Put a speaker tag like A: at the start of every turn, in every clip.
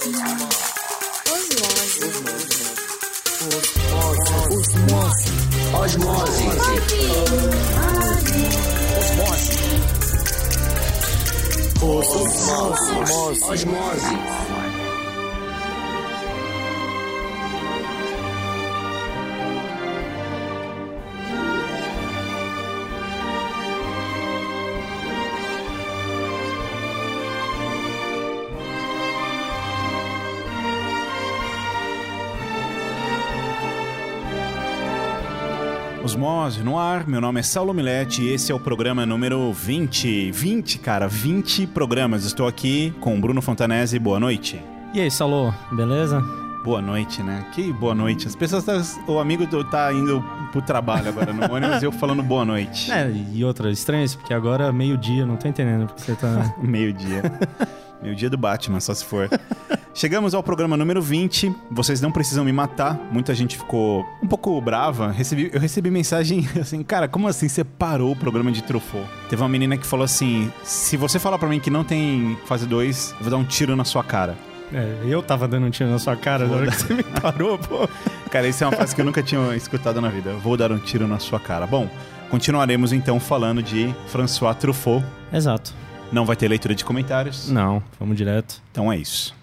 A: Osmose.
B: Osmose no ar, meu nome é Saulo Milete e esse é o programa número 20. 20 programas. Estou aqui com o Bruno Fontanese. Boa noite.
C: E aí, Saulo, beleza?
B: Boa noite, né? Que boa noite. As pessoas, o amigo tá indo pro trabalho agora no ônibus e eu falando boa noite.
C: E outra, estranho isso, porque agora é meio-dia, não tô entendendo porque você tá...
B: Meio-dia. Meio-dia do Batman, só se for. Chegamos ao programa número 20. Vocês não precisam me matar. Muita gente ficou um pouco brava. Eu recebi mensagem assim, cara, como assim você parou o programa de Truffaut? Teve uma menina que falou assim, se você falar pra mim que não tem fase 2, eu vou dar um tiro na sua cara.
C: Eu tava dando um tiro na sua cara na hora que você me parou, pô.
B: Cara, isso é uma frase que eu nunca tinha escutado na vida. Vou dar um tiro na sua cara. Bom, continuaremos então falando de François Truffaut.
C: Exato.
B: Não vai ter leitura de comentários?
C: Não, vamos direto.
B: Então é isso.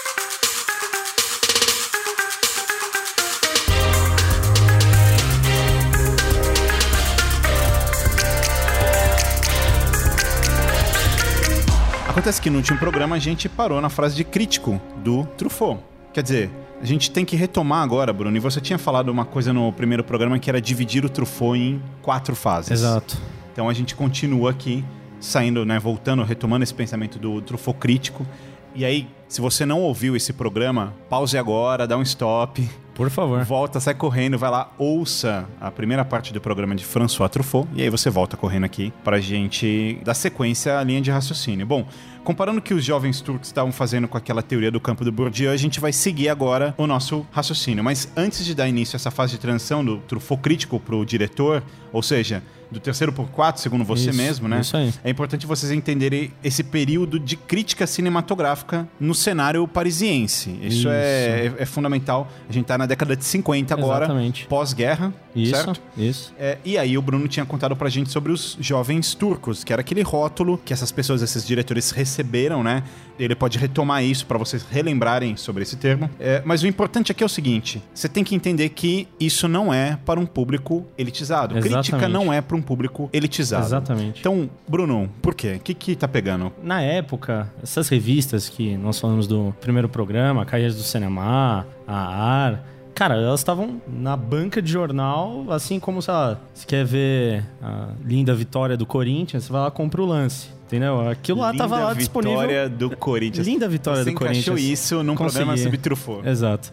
B: Acontece que no último programa a gente parou na frase de crítico do Truffaut. Quer dizer, a gente tem que retomar agora, Bruno. E você tinha falado uma coisa no primeiro programa que era dividir o Truffaut em 4 fases.
C: Exato.
B: Então a gente continua aqui, saindo, né, voltando, retomando esse pensamento do Truffaut crítico. E aí, se você não ouviu esse programa, pause agora, dá um stop.
C: Por favor.
B: Volta, sai correndo, vai lá, ouça a primeira parte do programa de François Truffaut. E aí você volta correndo aqui pra gente dar sequência à linha de raciocínio. Bom, comparando o que os jovens turcos estavam fazendo com aquela teoria do campo do Bourdieu, a gente vai seguir agora o nosso raciocínio. Mas antes de dar início a essa fase de transição do Truffaut crítico pro diretor, ou seja, do terceiro pro 4, segundo você mesmo, né?
C: Isso aí.
B: É importante vocês entenderem esse período de crítica cinematográfica no cenário parisiense. Isso. É fundamental. A gente tá na década de 50 agora,
C: exatamente,
B: pós-guerra, certo?
C: Isso.
B: E aí o Bruno tinha contado pra gente sobre os jovens turcos, que era aquele rótulo que essas pessoas, esses diretores receberam, né? Ele pode retomar isso pra vocês relembrarem sobre esse termo. Mas o importante aqui é o seguinte, você tem que entender que isso não é para um público elitizado.
C: Exatamente.
B: Crítica não é para um público elitizado.
C: Exatamente.
B: Então, Bruno, por quê? O que tá pegando?
C: Na época, essas revistas que nós falamos do primeiro programa, Cahiers do Cinema, a AR... Cara, elas estavam na banca de jornal, assim como, sei lá, você quer ver a linda vitória do Corinthians, você vai lá e compra o lance, entendeu? Aquilo lá tava lá disponível.
B: Linda vitória do Corinthians.
C: Linda vitória do Corinthians.
B: Você encaixou isso num programa sobre Truffaut.
C: Exato.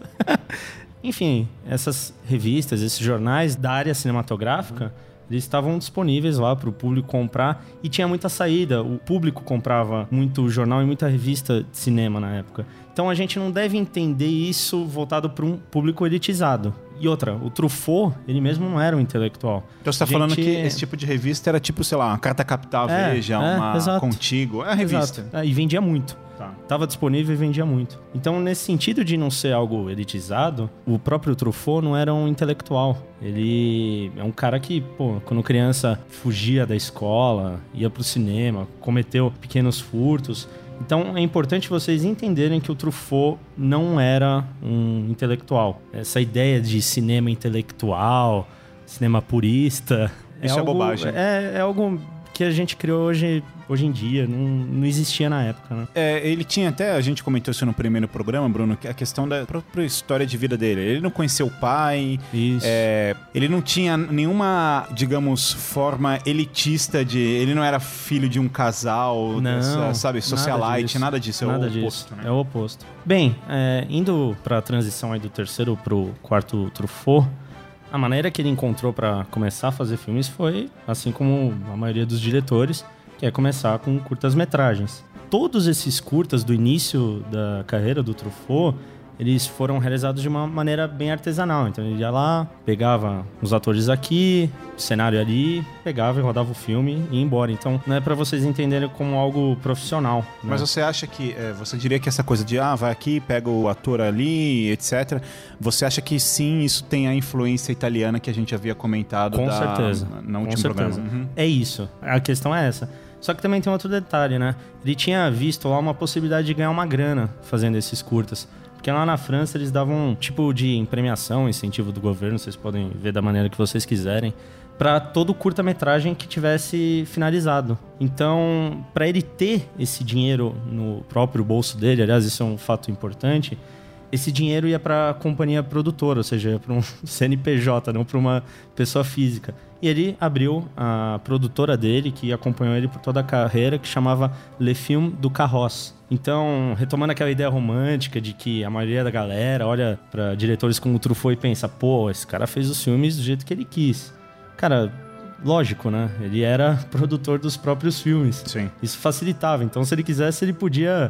C: Enfim, essas revistas, esses jornais da área cinematográfica, eles estavam disponíveis lá para o público comprar e tinha muita saída. O público comprava muito jornal e muita revista de cinema na época. Então a gente não deve entender isso voltado para um público elitizado. E outra, o Truffaut, ele mesmo não era um intelectual.
B: Então você tá falando que esse tipo de revista era tipo, sei lá, uma Carta Capital, Veja, uma
C: exato.
B: Contigo. É a revista.
C: Exato. E vendia muito.
B: Tá.
C: Tava disponível e vendia muito. Então, nesse sentido de não ser algo elitizado, o próprio Truffaut não era um intelectual. Ele é um cara que, quando criança fugia da escola, ia pro cinema, cometeu pequenos furtos. Então, é importante vocês entenderem que o Truffaut não era um intelectual. Essa ideia de cinema intelectual, cinema purista...
B: Isso é bobagem.
C: É algo que a gente criou hoje em dia, não existia na época, né?
B: Ele tinha até, a gente comentou isso no primeiro programa, Bruno, a questão da própria história de vida dele. Ele não conheceu o pai,
C: isso.
B: Ele não tinha nenhuma, digamos, forma elitista de... Ele não era filho de um casal,
C: não,
B: sabe, socialite, nada disso. É o oposto, né?
C: É o oposto. Bem, indo pra transição aí do terceiro pro quarto Truffaut, a maneira que ele encontrou para começar a fazer filmes foi, assim como a maioria dos diretores, que é começar com curtas-metragens. Todos esses curtas do início da carreira do Truffaut, eles foram realizados de uma maneira bem artesanal. Então ele ia lá, pegava os atores aqui, o cenário ali, pegava e rodava o filme e ia embora. Então não é pra vocês entenderem como algo profissional, né?
B: Mas você acha que, você diria que essa coisa de, vai aqui, pega o ator ali, etc. Você acha que sim, isso tem a influência italiana que a gente havia comentado
C: Com certeza.
B: No último programa? Uhum.
C: É isso. A questão é essa. Só que também tem outro detalhe, né? Ele tinha visto lá uma possibilidade de ganhar uma grana fazendo esses curtas. Porque lá na França eles davam um tipo de premiação, incentivo do governo, vocês podem ver da maneira que vocês quiserem, para todo curta-metragem que tivesse finalizado. Então, para ele ter esse dinheiro no próprio bolso dele, aliás, isso é um fato importante, esse dinheiro ia para a companhia produtora, ou seja, ia para um CNPJ, não para uma pessoa física. E ele abriu a produtora dele, que acompanhou ele por toda a carreira, que chamava Le Film du Carrosse. Então, retomando aquela ideia romântica de que a maioria da galera olha para diretores como o Truffaut e pensa, pô, esse cara fez os filmes do jeito que ele quis. Cara, lógico, né? Ele era produtor dos próprios filmes.
B: Sim.
C: Isso facilitava. Então, se ele quisesse, ele podia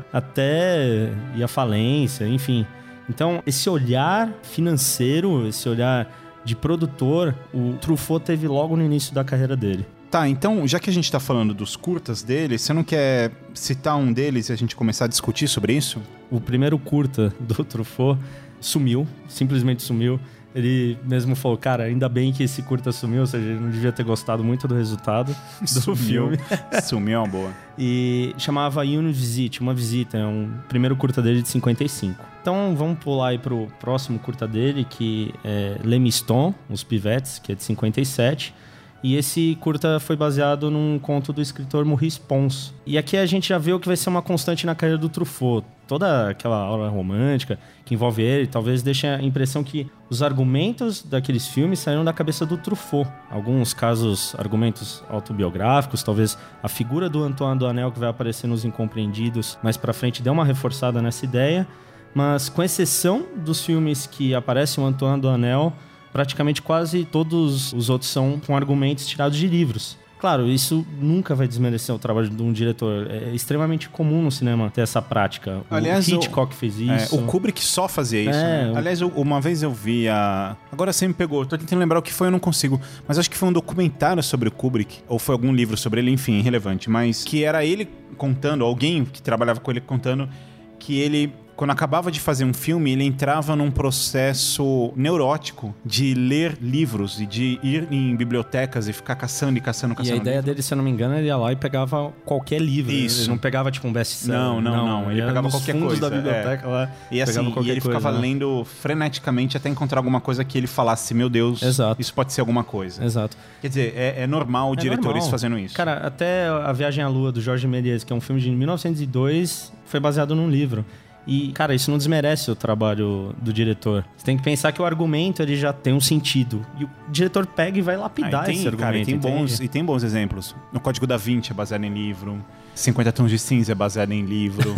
C: até ir à falência, enfim. Então, esse olhar financeiro, esse olhar de produtor, o Truffaut teve logo no início da carreira dele.
B: Tá, então, já que a gente tá falando dos curtas dele, você não quer citar um deles e a gente começar a discutir sobre isso?
C: O primeiro curta do Truffaut sumiu, simplesmente sumiu. Ele mesmo falou, cara, ainda bem que esse curta sumiu, ou seja, ele não devia ter gostado muito do resultado do filme.
B: Sumiu é uma boa.
C: E chamava Une Visite, uma visita, é um primeiro curta dele de 55. Então vamos pular aí pro próximo curta dele, que é Les Mistons, Os Pivetes, que é de 57. E esse curta foi baseado num conto do escritor Maurice Pons. E aqui a gente já vê o que vai ser uma constante na carreira do Truffaut. Toda aquela aura romântica que envolve ele, talvez deixe a impressão que os argumentos daqueles filmes saíram da cabeça do Truffaut. Alguns casos, argumentos autobiográficos, talvez a figura do Antoine Doinel, que vai aparecer nos Incompreendidos, mais pra frente deu uma reforçada nessa ideia. Mas com exceção dos filmes que aparece o Antoine Doinel, praticamente quase todos os outros são com argumentos tirados de livros. Claro, isso nunca vai desmerecer o trabalho de um diretor. É extremamente comum no cinema ter essa prática.
B: Aliás,
C: o Hitchcock fez isso.
B: O Kubrick só fazia isso, né? Aliás, uma vez eu vi Agora você me pegou, tô tentando lembrar o que foi, eu não consigo. Mas acho que foi um documentário sobre o Kubrick, ou foi algum livro sobre ele, enfim, irrelevante. Mas que era ele contando, alguém que trabalhava com ele contando, que ele... Quando acabava de fazer um filme, ele entrava num processo neurótico de ler livros e de ir em bibliotecas e ficar caçando.
C: E a ideia dele, se eu não me engano, ele ia lá e pegava qualquer livro.
B: Isso.
C: Ele não pegava, tipo, um best-seller.
B: Não. Ele pegava qualquer coisa.
C: Da biblioteca lá.
B: E assim, ele ficava lendo freneticamente até encontrar alguma coisa que ele falasse, meu Deus,
C: Exato.
B: Isso pode ser alguma coisa.
C: Exato.
B: Quer dizer, é normal diretores fazendo isso.
C: Cara, até A Viagem à Lua, do Jorge Méliès, que é um filme de 1902, foi baseado num livro. E, cara, isso não desmerece o trabalho do diretor. Você tem que pensar que o argumento ele já tem um sentido. E o diretor pega e vai lapidar esse argumento.
B: Cara, e tem bons exemplos. O Código da Vinci é baseado em livro. 50 Tons de Cinza é baseado em livro.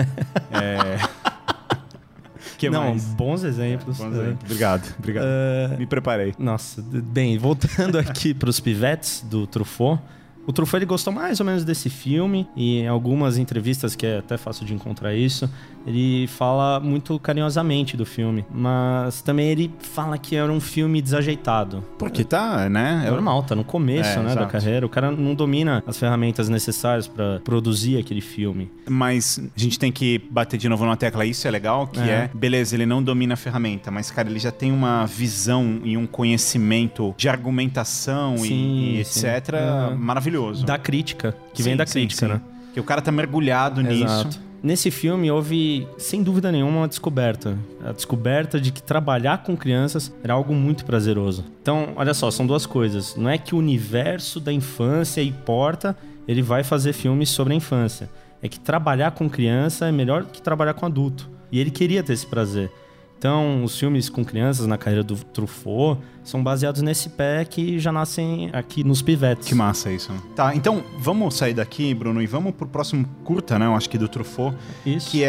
B: Que
C: não,
B: mais?
C: Bons exemplos.
B: Obrigado. Me preparei.
C: Nossa, bem, voltando aqui para Os Pivetes, do Truffaut. O Truffaut ele gostou mais ou menos desse filme e em algumas entrevistas, que é até fácil de encontrar isso, ele fala muito carinhosamente do filme, mas também ele fala que era um filme desajeitado.
B: Porque tá, né?
C: É normal, tá no começo, né, da
B: exato.
C: carreira. O cara não domina as ferramentas necessárias pra produzir aquele filme.
B: Mas a gente tem que bater de novo numa tecla, isso é legal, que beleza, ele não domina a ferramenta, mas, cara, ele já tem uma visão e um conhecimento de argumentação e etc. Maravilhoso.
C: Da crítica, que vem da crítica, né?
B: Que o cara tá mergulhado nisso.
C: Nesse filme houve, sem dúvida nenhuma, uma descoberta. A descoberta de que trabalhar com crianças era algo muito prazeroso. Então, olha só, são duas coisas. Não é que o universo da infância importa, ele vai fazer filmes sobre a infância. É que trabalhar com criança é melhor que trabalhar com adulto. E ele queria ter esse prazer. Então, os filmes com crianças na carreira do Truffaut são baseados nesse pé que já nascem aqui nos Pivetes.
B: Que massa isso. Tá, então vamos sair daqui, Bruno, e vamos pro próximo curta, né? Eu acho que do Truffaut.
C: Isso.
B: Que é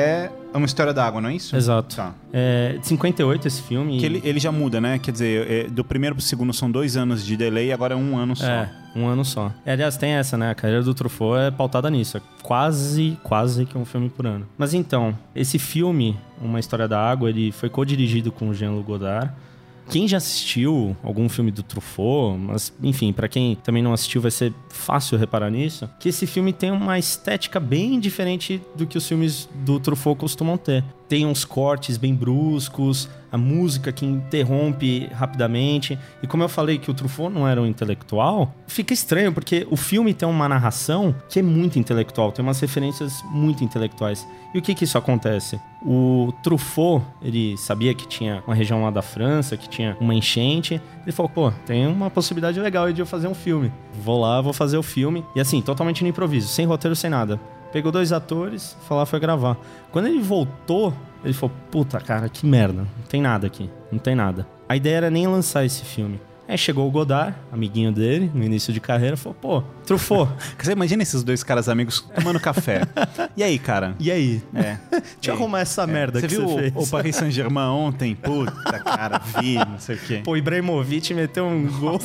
B: É uma história da água, não é isso?
C: Exato.
B: Tá.
C: É de 58 esse filme.
B: Que ele já muda, né? Quer dizer, do primeiro pro segundo são 2 anos de delay, agora é 1 ano só.
C: É, 1 ano só. Aliás, tem essa, né? A carreira do Truffaut é pautada nisso. É quase que um filme por ano. Mas então, esse filme, Uma História da Água, ele foi co-dirigido com o Jean-Luc Godard. Quem já assistiu algum filme do Truffaut, mas enfim, pra quem também não assistiu vai ser fácil reparar nisso, que esse filme tem uma estética bem diferente do que os filmes do Truffaut costumam ter. Tem uns cortes bem bruscos, a música que interrompe rapidamente. E como eu falei que o Truffaut não era um intelectual, fica estranho, porque o filme tem uma narração que é muito intelectual, tem umas referências muito intelectuais. E o que isso acontece? O Truffaut, ele sabia que tinha uma região lá da França, que tinha uma enchente. Ele falou, pô, tem uma possibilidade legal aí de eu fazer um filme. Vou lá, vou fazer o filme. E assim, totalmente no improviso, sem roteiro, sem nada. Pegou 2 atores, foi lá, foi gravar. Quando ele voltou, ele falou, puta, cara, que merda. Não tem nada aqui, não tem nada. A ideia era nem lançar esse filme. Aí chegou o Godard, amiguinho dele, no início de carreira, falou, pô, Truffaut.
B: Você imagina esses 2 caras amigos tomando café. E aí, cara?
C: E aí?
B: Deixa
C: eu arrumar essa merda que você fez.
B: Você viu o Paris Saint-Germain ontem? Puta, cara, vi, não sei o quê.
C: Pô, Ibrahimovic meteu um gol.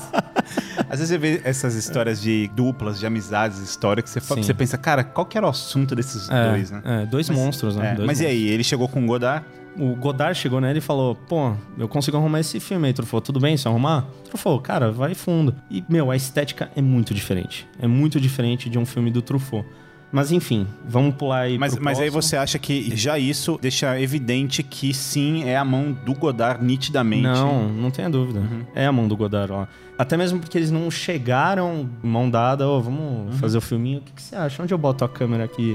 B: Às vezes você vê essas histórias de duplas, de amizades históricas, você pensa, cara, qual que era o assunto desses 2, né?
C: 2 monstros, né?
B: Mas e aí, ele chegou com o Godard?
C: O Godard chegou nele e falou, pô, eu consigo arrumar esse filme aí. Truffaut, tudo bem se eu arrumar? Truffaut, cara, vai fundo. E, a estética é muito diferente. É muito diferente de um filme do Truffaut. Mas enfim, vamos pular aí
B: Mas aí você acha que já isso deixa evidente que sim, é a mão do Godard nitidamente?
C: Não tenha dúvida. É a mão do Godard, ó. Até mesmo porque eles não chegaram mão dada, vamos fazer o filminho. O que você acha? Onde eu boto a câmera aqui?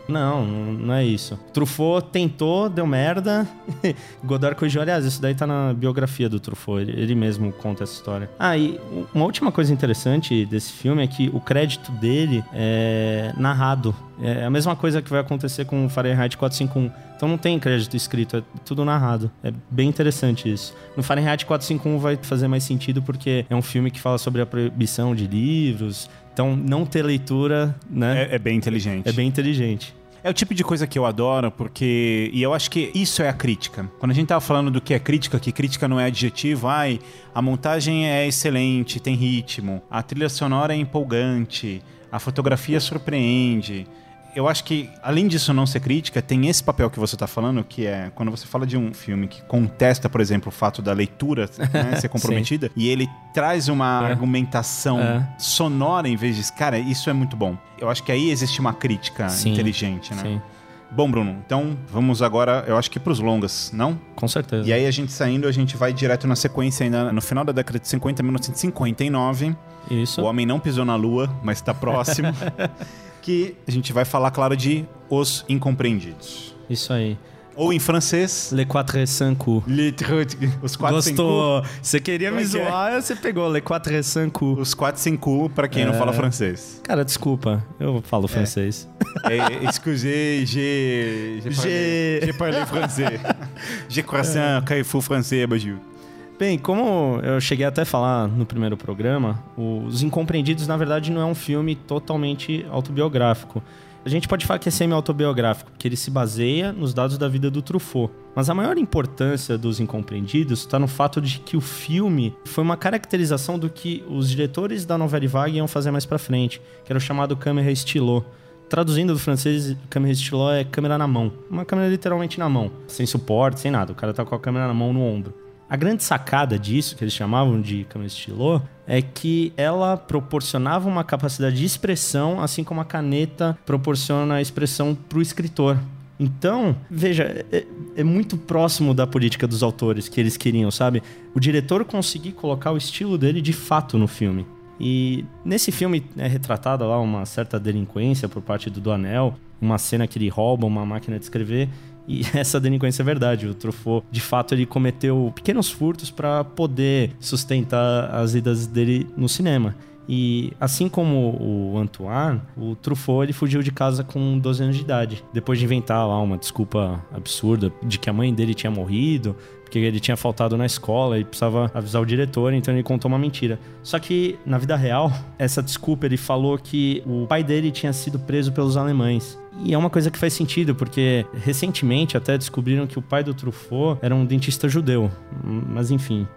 C: Não é isso. Truffaut tentou, deu merda. Godard corrigiu. Aliás, isso daí tá na biografia do Truffaut. Ele mesmo conta essa história. E uma última coisa interessante desse filme é que o crédito dele é narrado. É a mesma coisa que vai acontecer com o Fahrenheit 451. Então não tem crédito escrito, é tudo narrado. É bem interessante isso. No Fahrenheit 451 vai fazer mais sentido porque é um filme que fala sobre a proibição de livros. Então não ter leitura, né?
B: É bem inteligente.
C: É bem inteligente.
B: É o tipo de coisa que eu adoro, porque... E eu acho que isso é a crítica. Quando a gente tava falando do que é crítica, que crítica não é adjetivo, a montagem é excelente, tem ritmo, a trilha sonora é empolgante, a fotografia surpreende. Eu acho que, além disso não ser crítica, tem esse papel que você tá falando, que é quando você fala de um filme que contesta, por exemplo, o fato da leitura, né, ser comprometida, e ele traz uma argumentação sonora em vez de... Cara, isso é muito bom. Eu acho que aí existe uma crítica inteligente, né? Sim. Bom, Bruno, então vamos agora, eu acho que pros longas, não?
C: Com certeza.
B: E aí a gente saindo, a gente vai direto na sequência ainda no final da década de 50, 1959.
C: Isso.
B: O homem não pisou na lua, mas tá próximo. Que a gente vai falar, claro, de Os Incompreendidos.
C: Isso aí.
B: Ou em francês...
C: Les Quatre Cinq Coups.
B: Os 4 5
C: Gostou. Você queria me zoar, você pegou Les Quatre Cinq Coups.
B: Os 4 5 pra quem não fala francês.
C: Cara, desculpa. Eu falo francês.
B: Excusez, j'ai parlé français. J'ai croissant, Carrefour français, bonjour.
C: Bem, como eu cheguei até a falar no primeiro programa, Os Incompreendidos, na verdade, não é um filme totalmente autobiográfico. A gente pode falar que é semi-autobiográfico, porque ele se baseia nos dados da vida do Truffaut. Mas a maior importância dos Incompreendidos está no fato de que o filme foi uma caracterização do que os diretores da Nouvelle Vague iam fazer mais pra frente, que era o chamado câmera stylo. Traduzindo do francês, câmera stylo é câmera na mão. Uma câmera literalmente na mão, sem suporte, sem nada. O cara tá com a câmera na mão no ombro. A grande sacada disso, que eles chamavam de câmera stylo, é que ela proporcionava uma capacidade de expressão, assim como a caneta proporciona a expressão para o escritor. Então, veja, é muito próximo da política dos autores que eles queriam, sabe? O diretor conseguir colocar o estilo dele de fato no filme. E nesse filme é retratada lá uma certa delinquência por parte do Doinel, uma cena que ele rouba uma máquina de escrever. E essa delinquência é verdade. O Truffaut, de fato, ele cometeu pequenos furtos para poder sustentar as idas dele no cinema. E assim como o Antoine, o Truffaut ele fugiu de casa com 12 anos de idade. Depois de inventar lá uma desculpa absurda de que a mãe dele tinha morrido, porque ele tinha faltado na escola e precisava avisar o diretor, então ele contou uma mentira. Só que, na vida real, essa desculpa, ele falou que o pai dele tinha sido preso pelos alemães. E é uma coisa que faz sentido, porque recentemente até descobriram que o pai do Truffaut era um dentista judeu. Mas enfim,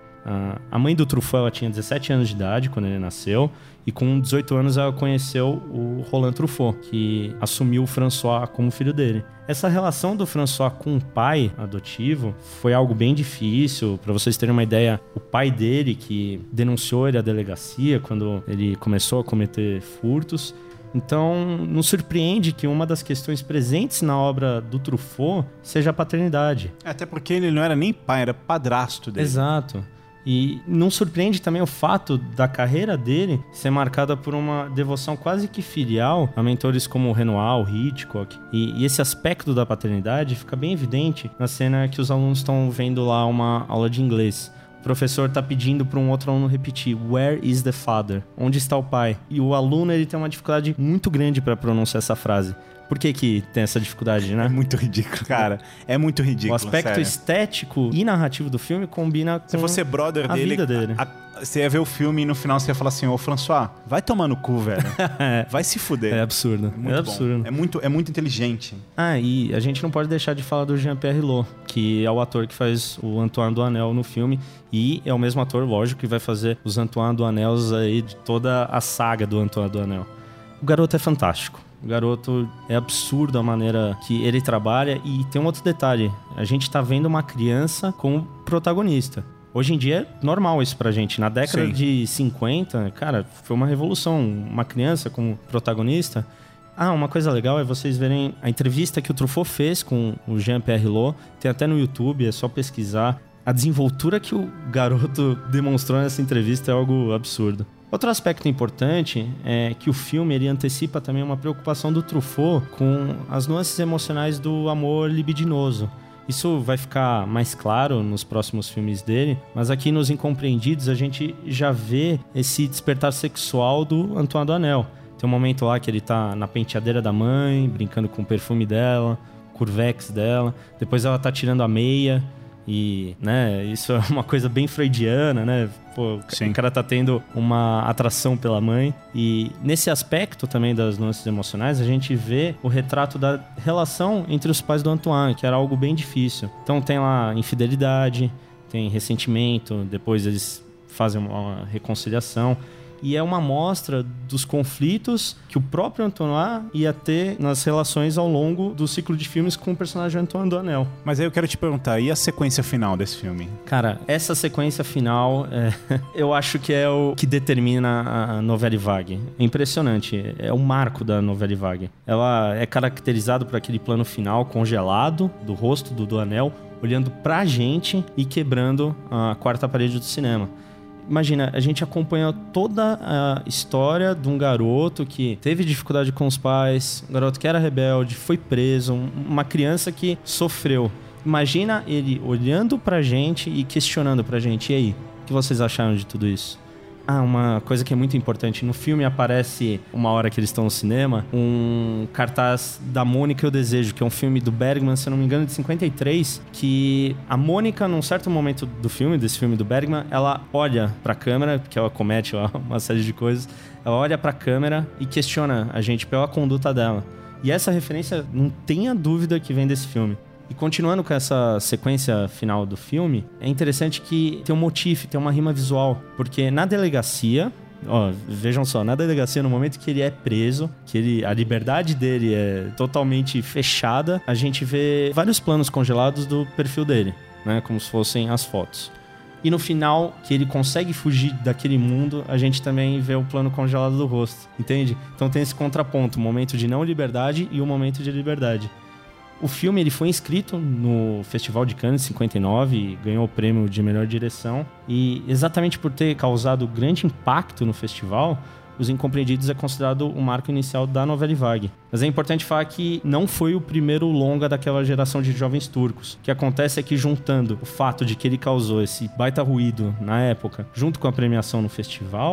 C: a mãe do Truffaut ela tinha 17 anos de idade quando ele nasceu, e com 18 anos ela conheceu o Roland Truffaut, que assumiu o François como filho dele. Essa relação do François com o pai adotivo foi algo bem difícil. Para vocês terem uma ideia, o pai dele, que denunciou ele à delegacia quando ele começou a cometer furtos. Então, não surpreende que uma das questões presentes na obra do Truffaut seja a paternidade.
B: Até porque ele não era nem pai, era padrasto dele.
C: Exato. E não surpreende também o fato da carreira dele ser marcada por uma devoção quase que filial a mentores como Renoir, Hitchcock. E esse aspecto da paternidade fica bem evidente na cena que os alunos estão vendo lá uma aula de inglês. O professor está pedindo para um outro aluno repetir "Where is the father?" Onde está o pai? E o aluno ele tem uma dificuldade muito grande para pronunciar essa frase. Por que tem essa dificuldade, né?
B: É muito ridículo, cara. É muito ridículo,
C: O aspecto
B: sério.
C: estético e narrativo do filme combina com
B: Se você brother
C: a
B: dele,
C: vida dele.
B: Você ia ver o filme e no final você ia falar assim: ô François, vai tomar no cu, velho. Vai se fuder.
C: É absurdo.
B: Muito bom.
C: absurdo.
B: É muito inteligente.
C: E a gente não pode deixar de falar do Jean-Pierre Léaud, que é o ator que faz o Antoine Doinel no filme. E é o mesmo ator, lógico, que vai fazer os Antoine Doinels aí de toda a saga do Antoine Doinel. O garoto é fantástico. O garoto é absurdo a maneira que ele trabalha. E tem um outro detalhe. A gente tá vendo uma criança como protagonista. Hoje em dia é normal isso pra gente. Na década
B: Sim.
C: de 50, cara, foi uma revolução. Uma criança como protagonista. Uma coisa legal é vocês verem a entrevista que o Truffaut fez com o Jean-Pierre Léaud. Tem até no YouTube, é só pesquisar. A desenvoltura que o garoto demonstrou nessa entrevista é algo absurdo. Outro aspecto importante é que o filme ele antecipa também uma preocupação do Truffaut com as nuances emocionais do amor libidinoso. Isso vai ficar mais claro nos próximos filmes dele, mas aqui nos Incompreendidos a gente já vê esse despertar sexual do Antoine Doinel. Tem um momento lá que ele tá na penteadeira da mãe, brincando com o perfume dela, curvex dela, depois ela tá tirando a meia. E, né, isso é uma coisa bem freudiana, né? Pô,
B: Sim.
C: O cara tá tendo uma atração pela mãe. E nesse aspecto também das nuances emocionais, a gente vê o retrato da relação entre os pais do Antoine, que era algo bem difícil. Então tem lá infidelidade, tem ressentimento, depois eles fazem uma reconciliação. E é uma amostra dos conflitos que o próprio Antoine ia ter nas relações ao longo do ciclo de filmes com o personagem Antoine Doinel.
B: Mas aí eu quero te perguntar, e a sequência final desse filme?
C: Cara, essa sequência final, eu acho que é o que determina a Nouvelle Vague. É impressionante, é o marco da Nouvelle Vague. Ela é caracterizada por aquele plano final congelado do rosto do Doinel, olhando pra gente e quebrando a quarta parede do cinema. Imagina, a gente acompanha toda a história de um garoto que teve dificuldade com os pais, um garoto que era rebelde, foi preso, uma criança que sofreu. Imagina ele olhando pra gente e questionando pra gente. E aí, o que vocês acharam de tudo isso? Uma coisa que é muito importante. No filme aparece, uma hora que eles estão no cinema, um cartaz da Mônica e o Desejo, que é um filme do Bergman, se eu não me engano, de 53, que a Mônica, num certo momento do filme, desse filme do Bergman, ela olha pra câmera, porque ela comete uma série de coisas, ela olha pra câmera e questiona a gente pela conduta dela. E essa referência, não tenha dúvida que vem desse filme. E continuando com essa sequência final do filme, é interessante que tem um motif, tem uma rima visual. Porque na delegacia, vejam só, na delegacia, no momento que ele é preso, que a liberdade dele é totalmente fechada, a gente vê vários planos congelados do perfil dele, né? Como se fossem as fotos. E no final, que ele consegue fugir daquele mundo, a gente também vê o plano congelado do rosto, entende? Então tem esse contraponto, o momento de não liberdade e o momento de liberdade. O filme ele foi inscrito no Festival de Cannes em 59 e ganhou o prêmio de melhor direção. E exatamente por ter causado grande impacto no festival, Os Incompreendidos é considerado o marco inicial da Nouvelle Vague. Mas é importante falar que não foi o primeiro longa daquela geração de jovens turcos. O que acontece é que, juntando o fato de que ele causou esse baita ruído na época, junto com a premiação no festival,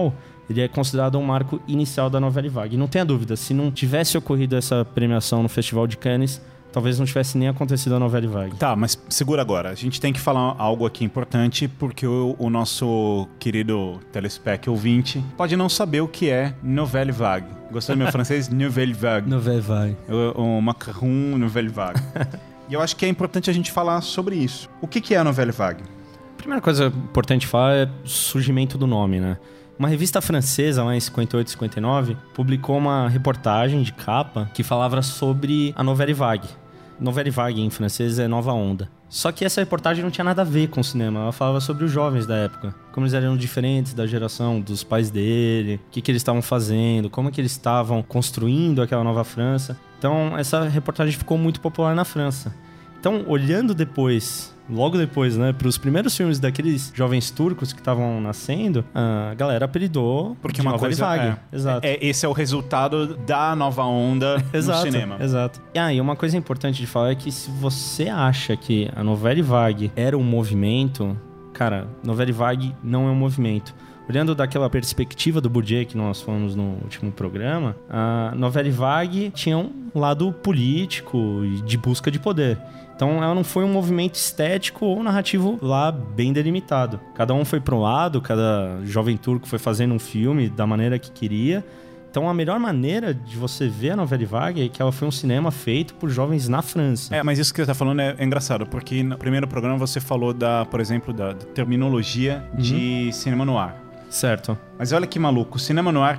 C: ele é considerado um marco inicial da Nouvelle Vague. E não tenha dúvida, se não tivesse ocorrido essa premiação no Festival de Cannes, talvez não tivesse nem acontecido a Nouvelle Vague.
B: Tá, mas segura agora. A gente tem que falar algo aqui importante, porque o nosso querido telespec ouvinte pode não saber o que é Nouvelle Vague. Gostou do meu francês? Nouvelle Vague.
C: Nouvelle Vague.
B: O macaron Nouvelle Vague. E eu acho que é importante a gente falar sobre isso. O que é a Nouvelle Vague?
C: A primeira coisa importante falar é o surgimento do nome, né? Uma revista francesa, lá em 58, 59, publicou uma reportagem de capa que falava sobre a Nouvelle Vague. Nouvelle Vague em francês é Nova Onda. Só que essa reportagem não tinha nada a ver com o cinema. Ela falava sobre os jovens da época. Como eles eram diferentes da geração dos pais dele, o que eles estavam fazendo, como que eles estavam construindo aquela nova França. Então, essa reportagem ficou muito popular na França. Então, olhando depois, logo depois, né, para os primeiros filmes daqueles jovens turcos que estavam nascendo, a galera apelidou
B: porque
C: de
B: uma
C: Nouvelle
B: coisa
C: Vague. Exato.
B: Esse é o resultado da nova onda no cinema.
C: Exato. E uma coisa importante de falar é que se você acha que a Nouvelle Vague era um movimento, cara, Nouvelle Vague não é um movimento. Olhando daquela perspectiva do Bourdieu que nós falamos no último programa, a Nouvelle Vague tinha um lado político e de busca de poder. Então ela não foi um movimento estético ou narrativo lá bem delimitado. Cada um foi para um lado, cada jovem turco foi fazendo um filme da maneira que queria. Então a melhor maneira de você ver a Nouvelle Vague é que ela foi um cinema feito por jovens na França.
B: Mas isso que você tá falando é engraçado, porque no primeiro programa você falou por exemplo, da terminologia de cinema noir.
C: Certo.
B: Mas olha que maluco, o cinema noir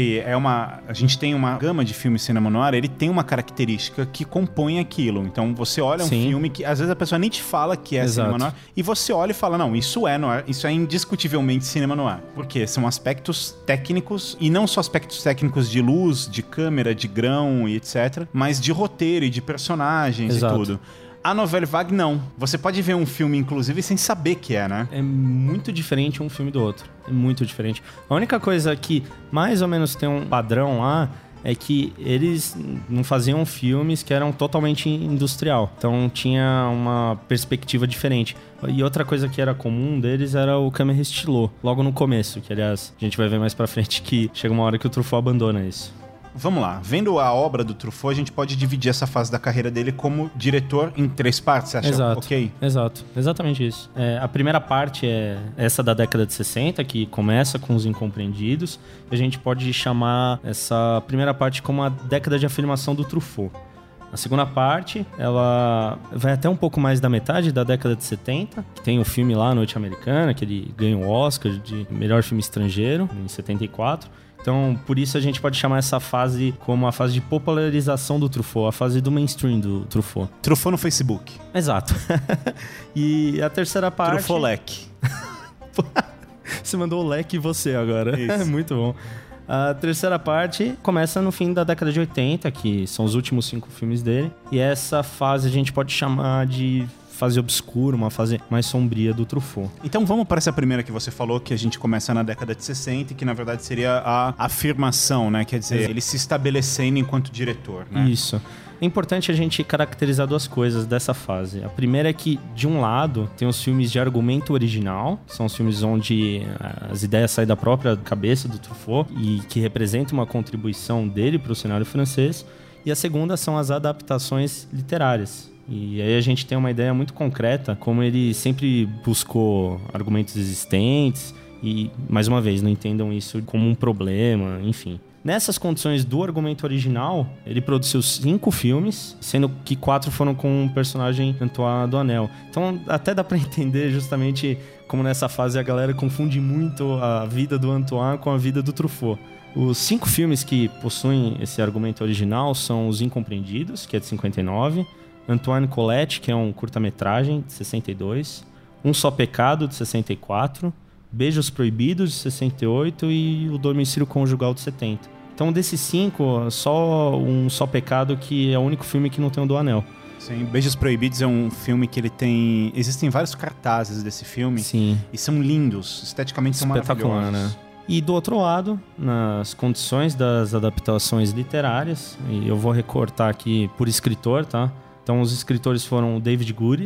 B: a gente tem uma gama de filmes cinema noir, ele tem uma característica que compõe aquilo. Então você olha um filme que às vezes a pessoa nem te fala que é cinema noir, e você olha e fala, não, isso é noir, isso é indiscutivelmente cinema noir. Porque são aspectos técnicos, e não só aspectos técnicos de luz, de câmera, de grão e etc, mas de roteiro e de personagens. Exato. E tudo. A Nouvelle Vague, não. Você pode ver um filme, inclusive, sem saber que é, né?
C: É muito diferente um filme do outro. É muito diferente. A única coisa que mais ou menos tem um padrão lá é que eles não faziam filmes que eram totalmente industrial. Então tinha uma perspectiva diferente. E outra coisa que era comum deles era o câmera stylo, logo no começo, que aliás a gente vai ver mais pra frente que chega uma hora que o Truffaut abandona isso.
B: Vamos lá, vendo a obra do Truffaut, a gente pode dividir essa fase da carreira dele como diretor em 3 partes, você acha?
C: Exato,
B: ok?
C: Exato, exatamente isso. A primeira parte é essa da década de 60, que começa com Os Incompreendidos, e a gente pode chamar essa primeira parte como a década de afirmação do Truffaut. A segunda parte, ela vai até um pouco mais da metade da década de 70, que tem o filme lá, Noite Americana, que ele ganha o Oscar de melhor filme estrangeiro, em 74. Então, por isso a gente pode chamar essa fase como a fase de popularização do Truffaut, a fase do mainstream do Truffaut.
B: Truffaut no Facebook.
C: Exato. E a terceira parte...
B: Truffaut leque.
C: Você mandou o leque você agora.
B: Isso.
C: Muito bom. A terceira parte começa no fim da década de 80, que são os últimos 5 filmes dele. E essa fase a gente pode chamar de fase obscura, uma fase mais sombria do Truffaut.
B: Então vamos para essa primeira que você falou, que a gente começa na década de 60 e que na verdade seria a afirmação, né? Quer dizer, ele se estabelecendo enquanto diretor, né?
C: Isso. É importante a gente caracterizar 2 coisas dessa fase. A primeira é que, de um lado, tem os filmes de argumento original, são os filmes onde as ideias saem da própria cabeça do Truffaut e que representam uma contribuição dele para o cenário francês. E a segunda são as adaptações literárias. E aí a gente tem uma ideia muito concreta, como ele sempre buscou argumentos existentes e, mais uma vez, não entendam isso como um problema, enfim. Nessas condições do argumento original, ele produziu 5 filmes, sendo que 4 foram com o personagem Antoine Doinel. Então até dá pra entender justamente como nessa fase a galera confunde muito a vida do Antoine com a vida do Truffaut. Os 5 filmes que possuem esse argumento original são Os Incompreendidos, que é de 59, Antoine Colette, que é um curta-metragem de 62, Um Só Pecado, de 64, Beijos Proibidos, de 68 e O Domicílio Conjugal, de 70. Então, desses 5, só Um Só Pecado que é o único filme que não tem o Doinel.
B: Sim, Beijos Proibidos é um filme que ele tem... Existem vários cartazes desse filme.
C: Sim.
B: E são lindos, esteticamente são maravilhosos. Né?
C: E do outro lado, nas condições das adaptações literárias, e eu vou recortar aqui por escritor, tá? Então, os escritores foram o David Goodis,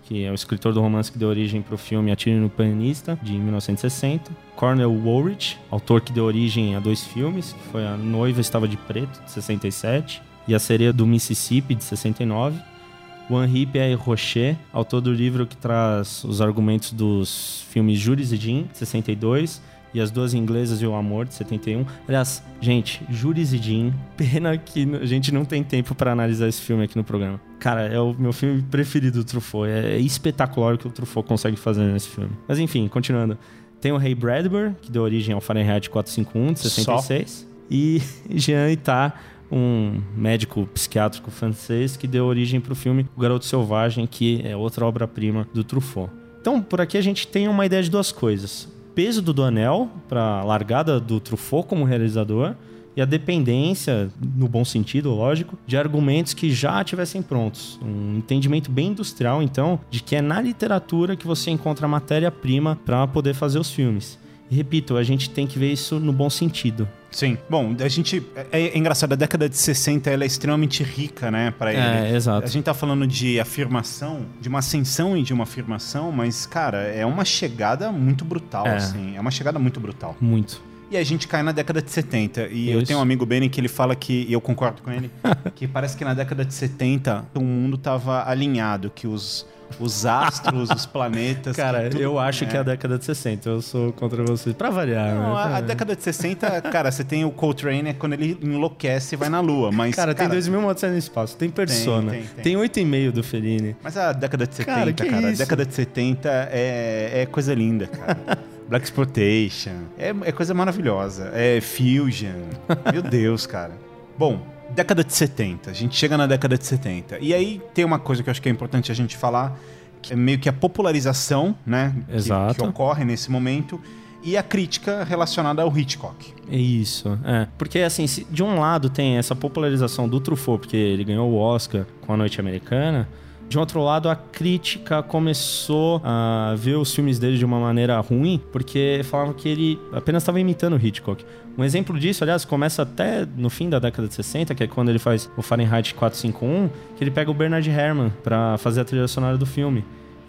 C: que é o escritor do romance que deu origem para o filme Atire no Pianista, de 1960. Cornel Woolrich, autor que deu origem a 2 filmes, que foi A Noiva Estava de Preto, de 67, e A Sereia do Mississippi, de 69. O Henri Pierre Rocher, autor do livro que traz os argumentos dos filmes Jules e Jean, de 62, e As Duas Inglesas e o Amor, de 71. Aliás, gente, Jules e Jean, pena que a gente não tem tempo para analisar esse filme aqui no programa. Cara, é o meu filme preferido do Truffaut. É espetacular o que o Truffaut consegue fazer nesse filme. Mas enfim, continuando. Tem o Ray Bradbury, que deu origem ao Fahrenheit 451, de 66. Só. E Jean Ita, um médico psiquiátrico francês que deu origem para o filme O Garoto Selvagem, que é outra obra-prima do Truffaut. Então, por aqui a gente tem uma ideia de 2 coisas. Peso do Downey para a largada do Truffaut como realizador e a dependência, no bom sentido, lógico, de argumentos que já tivessem prontos. Um entendimento bem industrial, então, de que é na literatura que você encontra a matéria-prima para poder fazer os filmes. E, repito, a gente tem que ver isso no bom sentido.
B: Sim. Bom, a gente... É engraçado, a década de 60 ela é extremamente rica, né, pra ele.
C: É, exato.
B: A gente tá falando de afirmação, de uma ascensão e de uma afirmação, mas, cara, é uma chegada muito brutal, assim. É uma chegada muito brutal.
C: Muito.
B: E a gente cai na década de 70. E eu tenho um amigo Benny que ele fala que, e eu concordo com ele, que parece que na década de 70 o mundo tava alinhado, que os astros, os planetas...
C: Cara, eu acho que é a década de 60. Eu sou contra você. Pra variar,
B: não,
C: né?
B: A década de 60, cara, você tem o Coltrane, é quando ele enlouquece e vai na Lua. Mas,
C: cara, tem 2000 Odisseia no Espaço. Tem Persona. Tem 8,5 do Fellini.
B: Mas a década de 70, cara, a década de 70 é coisa linda, cara. Blaxploitation. É coisa maravilhosa. É Fusion. Meu Deus, cara. Bom... Década de 70, a gente chega na década de 70. E aí tem uma coisa que eu acho que é importante a gente falar, que é meio que a popularização, né?
C: Exato.
B: Que ocorre nesse momento, e a crítica relacionada ao Hitchcock.
C: Isso, Porque, assim, de um lado tem essa popularização do Truffaut, porque ele ganhou o Oscar com A Noite Americana. De outro lado, a crítica começou a ver os filmes dele de uma maneira ruim, porque falavam que ele apenas estava imitando o Hitchcock. Um exemplo disso, aliás, começa até no fim da década de 60, que é quando ele faz o Fahrenheit 451, que ele pega o Bernard Herrmann para fazer a trilha sonora do filme.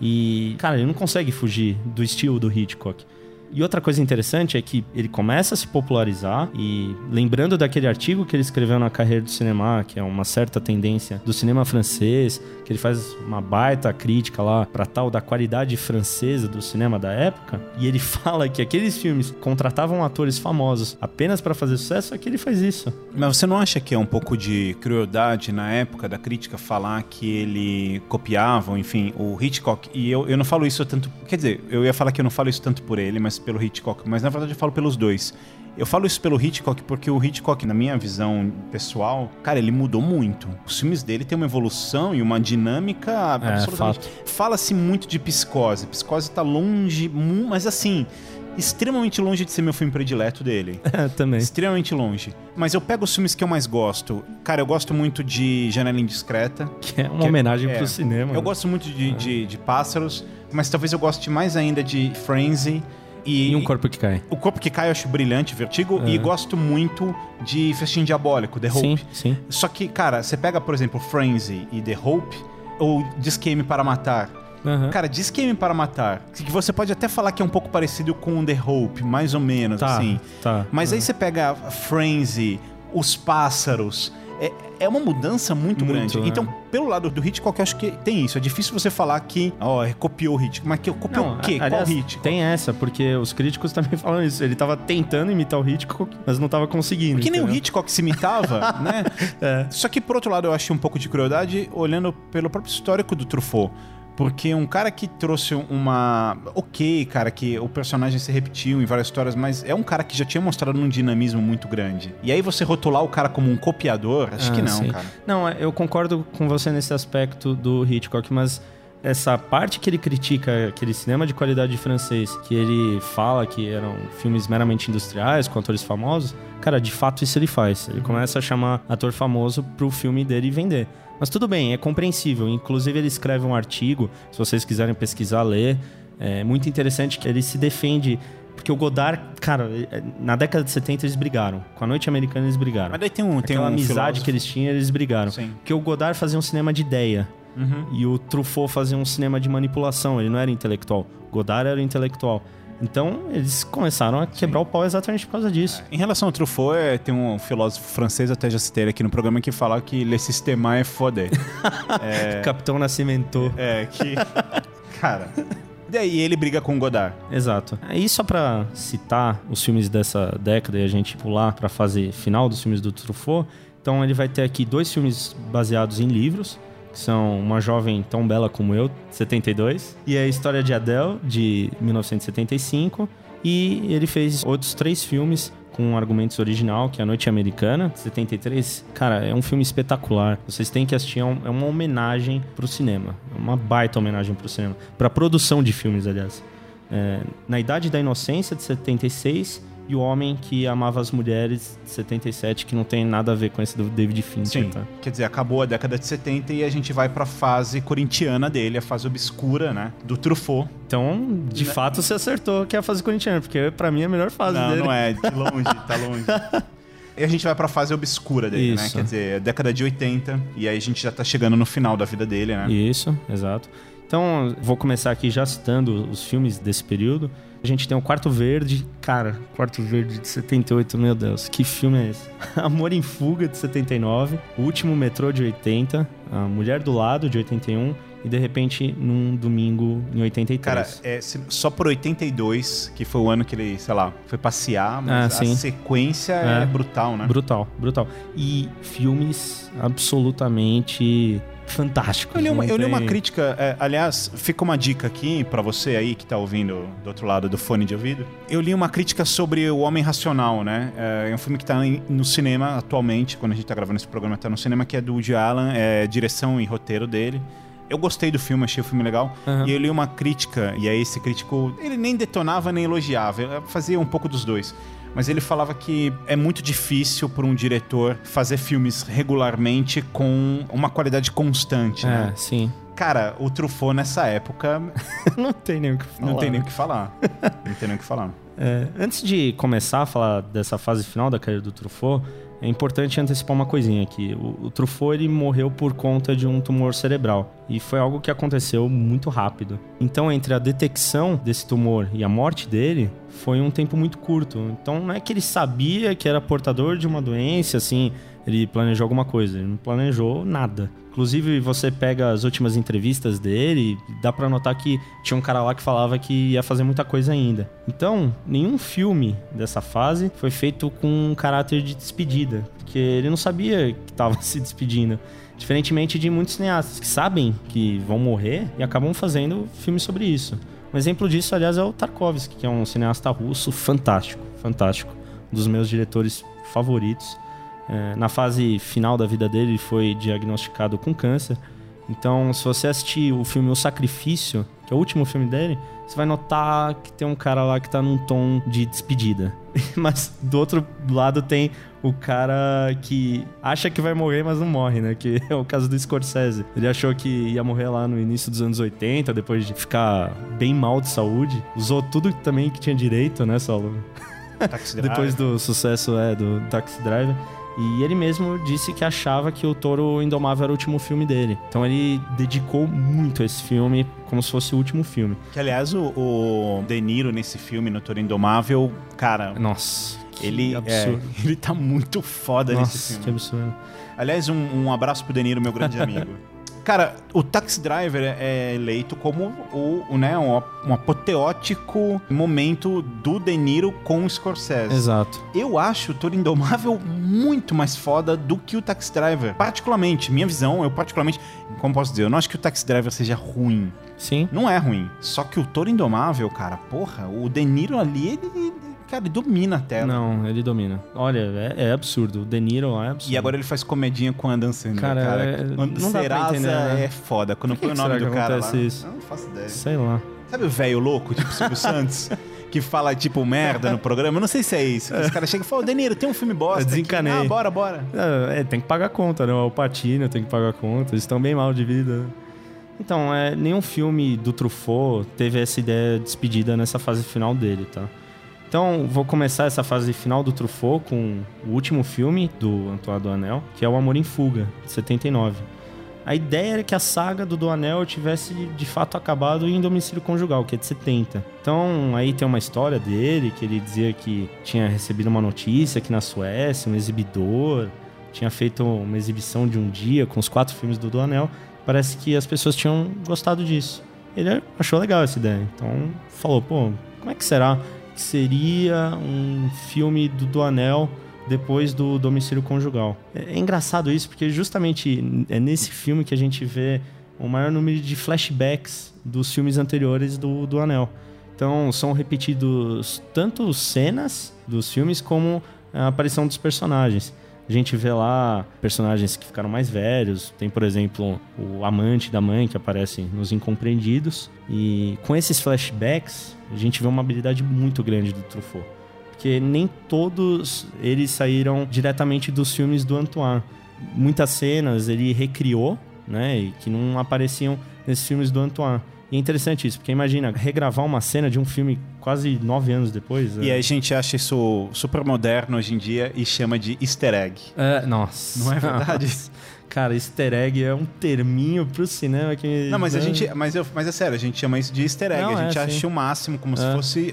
C: E, cara, ele não consegue fugir do estilo do Hitchcock. E outra coisa interessante é que ele começa a se popularizar e, lembrando daquele artigo que ele escreveu na Carreira do Cinema, que é uma certa tendência do cinema francês, que ele faz uma baita crítica lá pra tal da qualidade francesa do cinema da época, e ele fala que aqueles filmes contratavam atores famosos apenas pra fazer sucesso, é que ele faz isso.
B: Mas você não acha que é um pouco de crueldade na época da crítica falar que ele copiava, enfim, o Hitchcock? E eu não falo isso tanto... Quer dizer, eu ia falar que eu não falo isso tanto por ele, mas pelo Hitchcock, mas na verdade eu falo pelos dois. Eu falo isso pelo Hitchcock porque o Hitchcock, na minha visão pessoal, cara, ele mudou muito. Os filmes dele têm uma evolução e uma dinâmica absolutamente... Fala-se muito de Psicose. Psicose tá longe, mas assim... extremamente longe de ser meu filme predileto dele.
C: Também.
B: Extremamente longe. Mas eu pego os filmes que eu mais gosto. Cara, eu gosto muito de Janela Indiscreta.
C: Que é uma homenagem pro cinema.
B: Eu gosto muito de Pássaros, mas talvez eu goste mais ainda de Frenzy.
C: E Um Corpo que Cai.
B: O Corpo que Cai eu acho brilhante, Vertigo. E gosto muito de Festim Diabólico, The Hope.
C: Sim.
B: Só que, cara, você pega, por exemplo, Frenzy e The Hope, ou Disque-me para Matar. Cara, Disque-me para Matar, que você pode até falar que é um pouco parecido com The Hope, mais ou menos, assim. Mas aí você pega Frenzy, Os Pássaros... É uma mudança muito grande. Então, pelo lado do Hitchcock, eu acho que tem isso. É difícil você falar que, copiou o Hitchcock. Mas que copiou o quê?
C: Aliás,
B: qual Hitchcock?
C: Tem essa, porque os críticos também falam isso. Ele tava tentando imitar o Hitchcock, mas não tava conseguindo.
B: Porque nem o Hitchcock se imitava, né? Só que, por outro lado, eu acho um pouco de crueldade olhando pelo próprio histórico do Truffaut. Porque um cara que trouxe uma... Ok, cara, que o personagem se repetiu em várias histórias, mas é um cara que já tinha mostrado um dinamismo muito grande. E aí você rotular o cara como um copiador, acho que não, sim. Cara.
C: Não, eu concordo com você nesse aspecto do Hitchcock, mas essa parte que ele critica, aquele cinema de qualidade francês, que ele fala que eram filmes meramente industriais, com atores famosos, cara, de fato isso ele faz. Ele começa a chamar ator famoso pro filme dele e vender. Mas tudo bem, é compreensível. Inclusive, ele escreve um artigo, se vocês quiserem pesquisar, ler. É muito interessante que ele se defende... Porque o Godard, cara, na década de 70 eles brigaram. Com A Noite Americana eles brigaram.
B: Mas daí tem
C: Aquela amizade
B: filósofo
C: que eles tinham, eles brigaram.
B: Sim.
C: Porque o Godard fazia um cinema de ideia. E o Truffaut fazia um cinema de manipulação, ele não era intelectual. Godard era intelectual. Então, eles começaram a quebrar o pau exatamente por causa disso.
B: Em relação ao Truffaut, tem um filósofo francês, até já citei aqui no programa, que fala que le système est fodé.
C: Capitão Nascimento.
B: Que... Cara... E ele briga com o Godard.
C: Exato. E só pra citar os filmes dessa década e a gente pular pra fase final dos filmes do Truffaut, então ele vai ter aqui 2 filmes baseados em livros, que são Uma Jovem Tão Bela Como Eu, 72, e A História de Adele, de 1975, e ele fez outros 3 filmes com argumentos original, que é A Noite Americana, 73. Cara, é um filme espetacular. Vocês têm que assistir, é uma homenagem pro cinema. É uma baita homenagem pro cinema. Pra produção de filmes, aliás. Na Idade da Inocência, de 76, e O Homem que Amava as Mulheres, de 77, que não tem nada a ver com esse do David Fincher.
B: Sim,
C: tá?
B: Quer dizer, acabou a década de 70 e a gente vai pra fase corintiana dele, a fase obscura, né, do Truffaut.
C: Então, de fato, você acertou que é a fase corintiana, porque pra mim é a melhor fase dele.
B: Não é, de longe, tá longe. E a gente vai pra fase obscura dele,
C: Isso.
B: né? Quer dizer, década de 80, e aí a gente já tá chegando no final da vida dele, né?
C: Isso, exato. Então, vou começar aqui já citando os filmes desse período. A gente tem o Quarto Verde. Cara, Quarto Verde de 78, meu Deus, que filme é esse? Amor em Fuga, de 79. O Último Metrô, de 80. A Mulher do Lado, de 81. E, de repente, num domingo, em 83.
B: Cara, só por 82, que foi o ano que ele, sei lá, foi passear, mas a sequência é brutal, né?
C: Brutal, brutal. E filmes absolutamente... fantástico.
B: Eu li uma crítica, aliás, fica uma dica aqui pra você aí que tá ouvindo do outro lado do fone de ouvido. Eu li uma crítica sobre O Homem Racional, né? É um filme que tá no cinema atualmente, quando a gente tá gravando esse programa, tá no cinema, que é do Woody Allen, direção e roteiro dele. Eu gostei do filme, achei o filme legal. E eu li uma crítica, e aí esse crítico, ele nem detonava nem elogiava, ele fazia um pouco dos dois. Mas ele falava que é muito difícil para um diretor fazer filmes regularmente com uma qualidade constante, né?
C: Sim.
B: Cara, o Truffaut nessa época...
C: Não tem nem o que falar.
B: Não tem nem o que falar. Não tem nem o que falar.
C: Antes de começar a falar dessa fase final da carreira do Truffaut, é importante antecipar uma coisinha aqui. O Truffaut, ele morreu por conta de um tumor cerebral. E foi algo que aconteceu muito rápido. Então, entre a detecção desse tumor e a morte dele, foi um tempo muito curto. Então, não é que ele sabia que era portador de uma doença, assim, ele planejou alguma coisa. Ele não planejou nada. Inclusive, você pega as últimas entrevistas dele, dá pra notar que tinha um cara lá que falava que ia fazer muita coisa ainda. Então, nenhum filme dessa fase foi feito com um caráter de despedida, porque ele não sabia que estava se despedindo. Diferentemente de muitos cineastas que sabem que vão morrer e acabam fazendo filmes sobre isso. Um exemplo disso, aliás, é o Tarkovsky, que é um cineasta russo fantástico, fantástico. Um dos meus diretores favoritos. Na fase final da vida dele, ele foi diagnosticado com câncer. Então, se você assistir o filme O Sacrifício, que é o último filme dele, você vai notar que tem um cara lá que tá num tom de despedida. Mas do outro lado tem o cara que acha que vai morrer, mas não morre, né? Que é o caso do Scorsese. Ele achou que ia morrer lá no início dos anos 80, depois de ficar bem mal de saúde. Usou tudo também que tinha direito, né, Saulo? Depois do sucesso do Taxi Driver. E ele mesmo disse que achava que o Touro Indomável era o último filme dele. Então ele dedicou muito a esse filme como se fosse o último filme.
B: Que, aliás, o De Niro nesse filme, no Touro Indomável, cara...
C: Nossa,
B: ele
C: absurdo.
B: Ele tá muito foda nesse filme.
C: Nossa, que absurdo.
B: Aliás, um abraço pro De Niro, meu grande amigo. Cara, o Taxi Driver é eleito como um apoteótico momento do De Niro com o Scorsese.
C: Exato.
B: Eu acho o Touro Indomável muito mais foda do que o Taxi Driver. Particularmente, minha visão, como posso dizer, eu não acho que o Taxi Driver seja ruim.
C: Sim.
B: Não é ruim. Só que o Touro Indomável, cara, porra, o De Niro ali, ele domina a tela.
C: Não, ele domina. Olha, é absurdo. O De Niro é absurdo.
B: E agora ele faz comedinha com a Dan Sandler, cara.
C: Não dá pra entender, né?
B: É foda. Quando põe o nome do cara lá...
C: Isso?
B: Eu não faço ideia.
C: Sei lá.
B: Sabe o velho louco, tipo Silvio Santos? Que fala, tipo, merda no programa? Eu não sei se é isso. Os caras chegam e falam, De Niro, tem um filme bosta.
C: Eu desencanei.
B: Aqui. Bora.
C: Tem que pagar a conta, né? O Patino tem que pagar a conta. Eles estão bem mal de vida. Então, nenhum filme do Truffaut teve essa ideia de despedida nessa fase final dele, tá? Então, vou começar essa fase final do Truffaut com o último filme do Antoine Doinel, que é O Amor em Fuga, de 79. A ideia era que a saga do Anel tivesse de fato acabado em Domicílio Conjugal, que é de 70. Então aí tem uma história dele, que ele dizia que tinha recebido uma notícia que na Suécia um exibidor tinha feito uma exibição de um dia com os 4 filmes do Anel. Parece que as pessoas tinham gostado disso. Ele achou legal essa ideia, então falou, pô, como é que será que seria um filme do Anel depois do Domicílio Conjugal? É engraçado isso, porque justamente é nesse filme que a gente vê o maior número de flashbacks dos filmes anteriores do Anel. Então são repetidos tanto cenas dos filmes como a aparição dos personagens. A gente vê lá personagens que ficaram mais velhos. Tem, por exemplo, o amante da mãe que aparece nos Incompreendidos. E com esses flashbacks, a gente vê uma habilidade muito grande do Truffaut. Porque nem todos eles saíram diretamente dos filmes do Antoine. Muitas cenas ele recriou, né? E que não apareciam nesses filmes do Antoine. E é interessante isso, porque imagina, regravar uma cena de um filme quase 9 anos depois.
B: E a gente acha isso super moderno hoje em dia e chama de easter egg.
C: Nossa.
B: Não é verdade?
C: Nossa. Cara, easter egg é um terminho pro cinema que...
B: Não, mas a gente... Mas é sério, a gente chama isso de easter egg. A gente acha o máximo, como se fosse...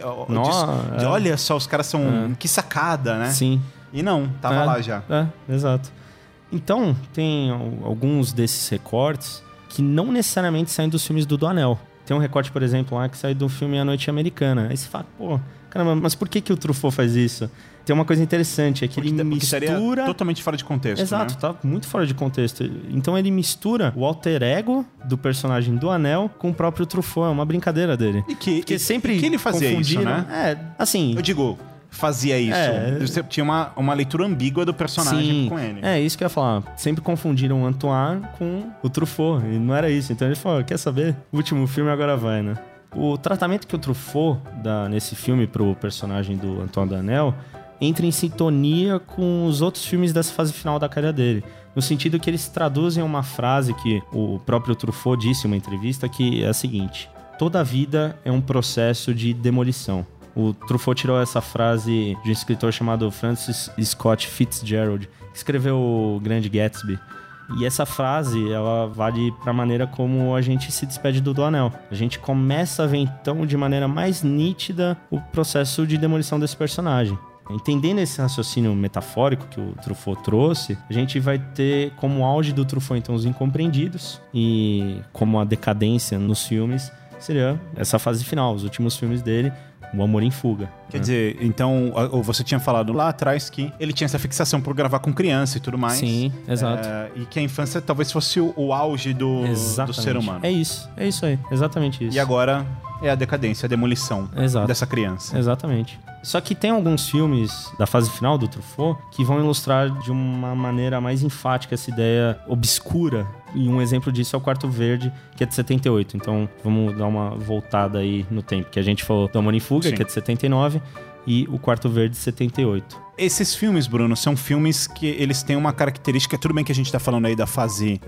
B: Olha só, os caras são... Que sacada, né?
C: Sim.
B: E não, tava lá já.
C: Exato. Então, tem alguns desses recortes que não necessariamente saem dos filmes do Anel. Tem um recorte, por exemplo, lá que sai do filme A Noite Americana. Aí você fala, pô, caramba, mas por que o Truffaut faz isso? Tem uma coisa interessante, é que ele mistura...
B: totalmente fora de contexto,
C: Exato,
B: né?
C: Tá muito fora de contexto. Então ele mistura o alter ego do personagem do Anel com o próprio Truffaut. É uma brincadeira dele.
B: Porque sempre que ele fazia isso, né?
C: Assim...
B: Eu digo... fazia isso. Você tinha uma leitura ambígua do personagem com ele.
C: É, isso que eu ia falar. Sempre confundiram o Antoine com o Truffaut. E não era isso. Então ele falou, quer saber? O último filme agora vai, né? O tratamento que o Truffaut dá nesse filme pro personagem do Antoine Danel entra em sintonia com os outros filmes dessa fase final da carreira dele. No sentido que eles traduzem uma frase que o próprio Truffaut disse em uma entrevista, que é a seguinte: toda vida é um processo de demolição. O Truffaut tirou essa frase de um escritor chamado Francis Scott Fitzgerald, que escreveu O Grande Gatsby. E essa frase, ela vale para a maneira como a gente se despede do Anel. A gente começa a ver, então, de maneira mais nítida o processo de demolição desse personagem. Entendendo esse raciocínio metafórico que o Truffaut trouxe, a gente vai ter como auge do Truffaut, então, Os Incompreendidos, e como a decadência nos filmes seria essa fase final, os últimos filmes dele, O Amor em Fuga.
B: Quer dizer, então, você tinha falado lá atrás que ele tinha essa fixação por gravar com criança e tudo mais.
C: Sim, exato.
B: E que a infância talvez fosse o auge do ser humano.
C: É isso aí, exatamente isso.
B: E agora é a decadência, a demolição dessa criança.
C: Exatamente. Só que tem alguns filmes da fase final do Truffaut que vão ilustrar de uma maneira mais enfática essa ideia obscura. E um exemplo disso é o Quarto Verde, que é de 78. Então, vamos dar uma voltada aí no tempo. Que a gente falou do Amor em Fuga, que é de 79, e o Quarto Verde, de 78.
B: Esses filmes, Bruno, são filmes que eles têm uma característica... Tudo bem que a gente tá falando aí da fase...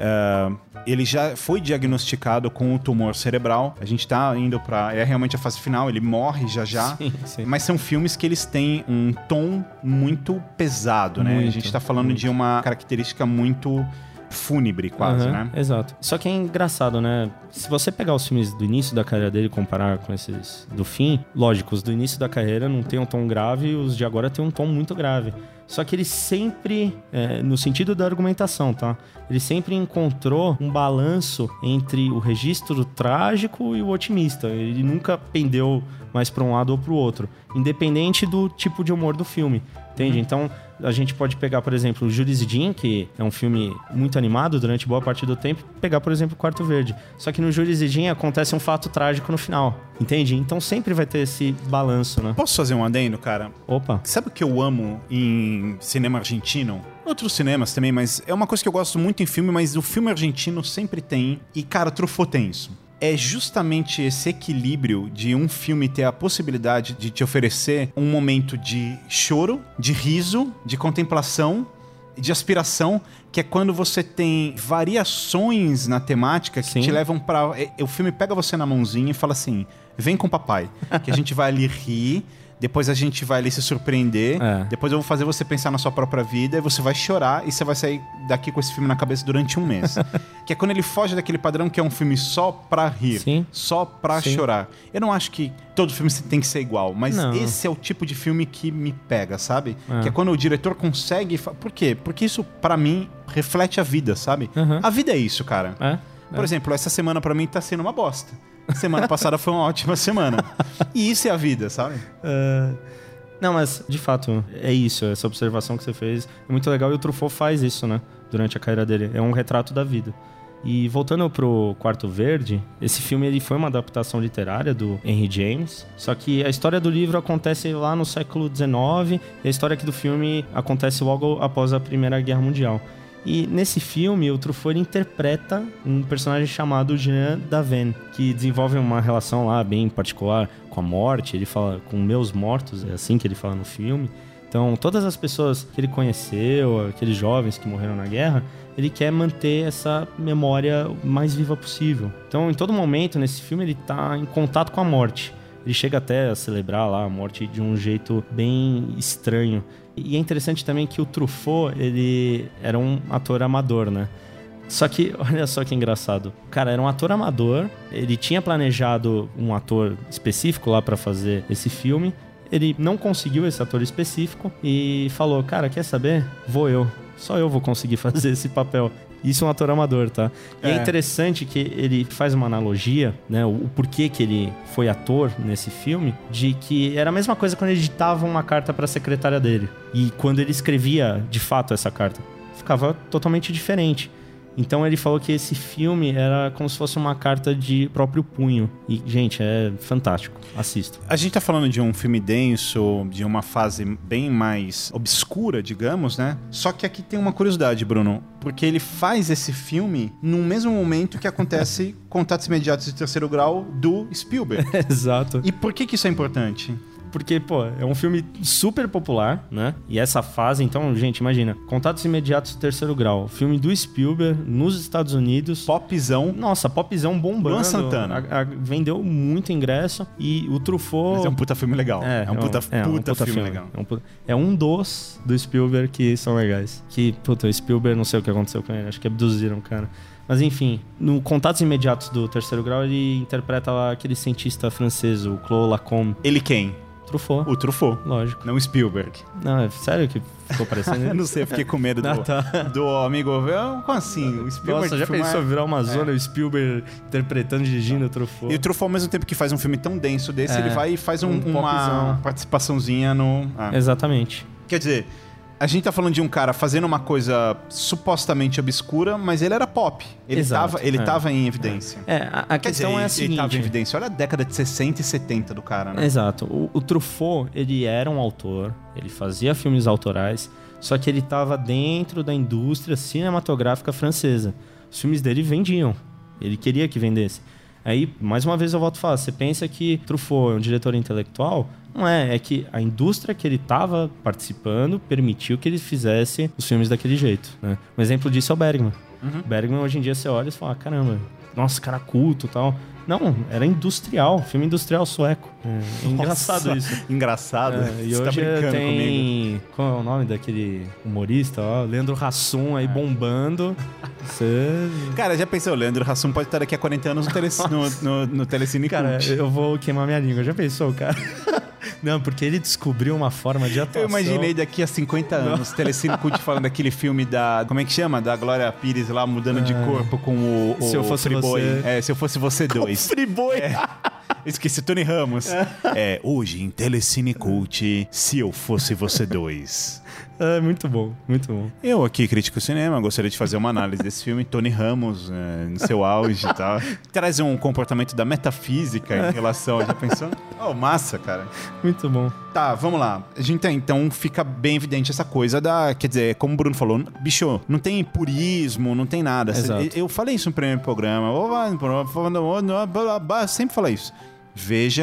B: ele já foi diagnosticado com o tumor cerebral. A gente tá indo pra... É realmente a fase final, ele morre já.
C: Sim.
B: Mas são filmes que eles têm um tom muito pesado, né? A gente tá falando de uma característica muito... fúnebre quase, né?
C: Exato. Só que é engraçado, né? Se você pegar os filmes do início da carreira dele e comparar com esses do fim, lógico, os do início da carreira não tem um tom grave, os de agora tem um tom muito grave. Só que ele sempre, no sentido da argumentação, tá? Ele sempre encontrou um balanço entre o registro trágico e o otimista. Ele nunca pendeu mais para um lado ou para o outro, independente do tipo de humor do filme. Entende? Então, a gente pode pegar, por exemplo, o Jules e Jim, que é um filme muito animado durante boa parte do tempo, pegar, por exemplo, o Quarto Verde. Só que no Jules e Jim acontece um fato trágico no final, entende? Então sempre vai ter esse balanço, né?
B: Posso fazer um adendo, cara?
C: Opa!
B: Sabe o que eu amo em cinema argentino? Outros cinemas também, mas é uma coisa que eu gosto muito em filme, mas o filme argentino sempre tem, e cara, Truffaut tem isso. É justamente esse equilíbrio de um filme ter a possibilidade de te oferecer um momento de choro, de riso, de contemplação, de aspiração, que é quando você tem variações na temática que te levam pra... O filme pega você na mãozinha e fala assim, vem com o papai, que a gente vai ali rir, depois a gente vai ali se surpreender, depois eu vou fazer você pensar na sua própria vida, e você vai chorar, e você vai sair daqui com esse filme na cabeça durante um mês. Que é quando ele foge daquele padrão que é um filme só pra rir, só pra chorar. Eu não acho que todo filme tem que ser igual, mas esse é o tipo de filme que me pega, sabe? Que é quando o diretor consegue... Por quê? Porque isso, pra mim, reflete a vida, sabe? A vida é isso, cara. Por exemplo, essa semana pra mim tá sendo uma bosta. Semana passada foi uma ótima semana. E isso é a vida, sabe?
C: Não, mas de fato, é isso. Essa observação que você fez é muito legal. E o Truffaut faz isso, né? Durante a carreira dele. É um retrato da vida. E voltando pro Quarto Verde, esse filme ele foi uma adaptação literária do Henry James. Só que a história do livro acontece lá no século XIX. E a história aqui do filme acontece logo após a Primeira Guerra Mundial. E nesse filme, o Truffaut interpreta um personagem chamado Jean Daven, que desenvolve uma relação lá bem particular com a morte. Ele fala com meus mortos, é assim que ele fala no filme. Então, todas as pessoas que ele conheceu, aqueles jovens que morreram na guerra, ele quer manter essa memória o mais viva possível. Então, em todo momento, nesse filme, ele está em contato com a morte. Ele chega até a celebrar lá a morte de um jeito bem estranho. E é interessante também que o Truffaut, ele era um ator amador, né? Só que, olha só que engraçado. O cara era um ator amador, ele tinha planejado um ator específico lá pra fazer esse filme. Ele não conseguiu esse ator específico e falou, cara, quer saber? Vou eu. Só eu vou conseguir fazer esse papel. Isso é um ator amador, tá? E é interessante que ele faz uma analogia, né? O porquê que ele foi ator nesse filme, de que era a mesma coisa quando ele digitava uma carta pra secretária dele. E quando ele escrevia, de fato, essa carta, ficava totalmente diferente. Então ele falou que esse filme era como se fosse uma carta de próprio punho. E, gente, é fantástico. Assista.
B: A gente tá falando de um filme denso, de uma fase bem mais obscura, digamos, né? Só que aqui tem uma curiosidade, Bruno. Porque ele faz esse filme no mesmo momento que acontece Contatos Imediatos de Terceiro Grau do Spielberg.
C: Exato.
B: E por que isso é importante?
C: Porque, pô, é um filme super popular, né? E essa fase, então, gente, imagina. Contatos Imediatos de Terceiro Grau. Filme do Spielberg, nos Estados Unidos.
B: Popzão.
C: Nossa, popzão bombando.
B: Luan Santana.
C: Vendeu muito ingresso. E o Truffaut...
B: Mas é um puta filme legal. É um puta filme legal.
C: É um dos do Spielberg que são legais. Que, puta, o Spielberg, não sei o que aconteceu com ele. Acho que abduziram o cara. Mas enfim, no Contatos Imediatos do Terceiro Grau, ele interpreta lá aquele cientista francês, o Claude Lacombe.
B: Ele quem?
C: Truffaut.
B: O Truffaut.
C: Lógico.
B: Não o Spielberg.
C: Não, é sério que ficou parecendo?
B: Eu não sei, eu fiquei com medo do amigo. Como assim? O Spielberg.
C: Nossa, já pensou virar uma zona, o Spielberg interpretando, dirigindo o Truffaut.
B: E o Truffaut, ao mesmo tempo que faz um filme tão denso desse, ele vai e faz uma participaçãozinha no...
C: Exatamente.
B: Quer dizer... A gente tá falando de um cara fazendo uma coisa supostamente obscura, mas ele era pop. Ele tava em evidência.
C: A questão é a seguinte...
B: Ele tava em evidência. Olha a década de 60 e 70 do cara, né?
C: Exato. O Truffaut, ele era um autor, ele fazia filmes autorais, só que ele tava dentro da indústria cinematográfica francesa. Os filmes dele vendiam. Ele queria que vendesse. Aí, mais uma vez eu volto a falar, você pensa que Truffaut é um diretor intelectual? Não é que a indústria que ele estava participando permitiu que ele fizesse os filmes daquele jeito, né? Um exemplo disso é o Bergman. Bergman, hoje em dia, você olha e fala, caramba, nossa, cara culto e tal. Não, era industrial, filme industrial sueco. É engraçado isso.
B: Engraçado?
C: E você hoje tá brincando comigo. Qual é o nome daquele humorista? Ó, Leandro Hassum aí bombando.
B: Cara, já pensou, o Leandro Hassum pode estar daqui a 40 anos no Telecine
C: Cara,
B: Cult.
C: eu vou queimar minha língua. Já pensou, cara? Não, porque ele descobriu uma forma de atuação.
B: Eu imaginei daqui a 50 anos, Telecine Cult falando daquele filme da... Como é que chama? Da Glória Pires lá, mudando de corpo com o
C: Se Eu Fosse
B: Friboi.
C: Você.
B: Se Eu Fosse Você 2.
C: Friboi!
B: Esqueci, Tony Ramos. Hoje em Telecine Cult, Se Eu Fosse Você 2.
C: Muito bom, muito bom.
B: Eu aqui, crítico cinema, gostaria de fazer uma análise desse filme. Tony Ramos, no seu auge e tal. Traz um comportamento da metafísica em relação... Já pensou? Massa, cara.
C: Muito bom.
B: Tá, vamos lá. A gente então fica bem evidente essa coisa da... Quer dizer, como o Bruno falou, bicho, não tem purismo, não tem nada.
C: Exato.
B: Eu falei isso no primeiro programa. Sempre falei isso. Veja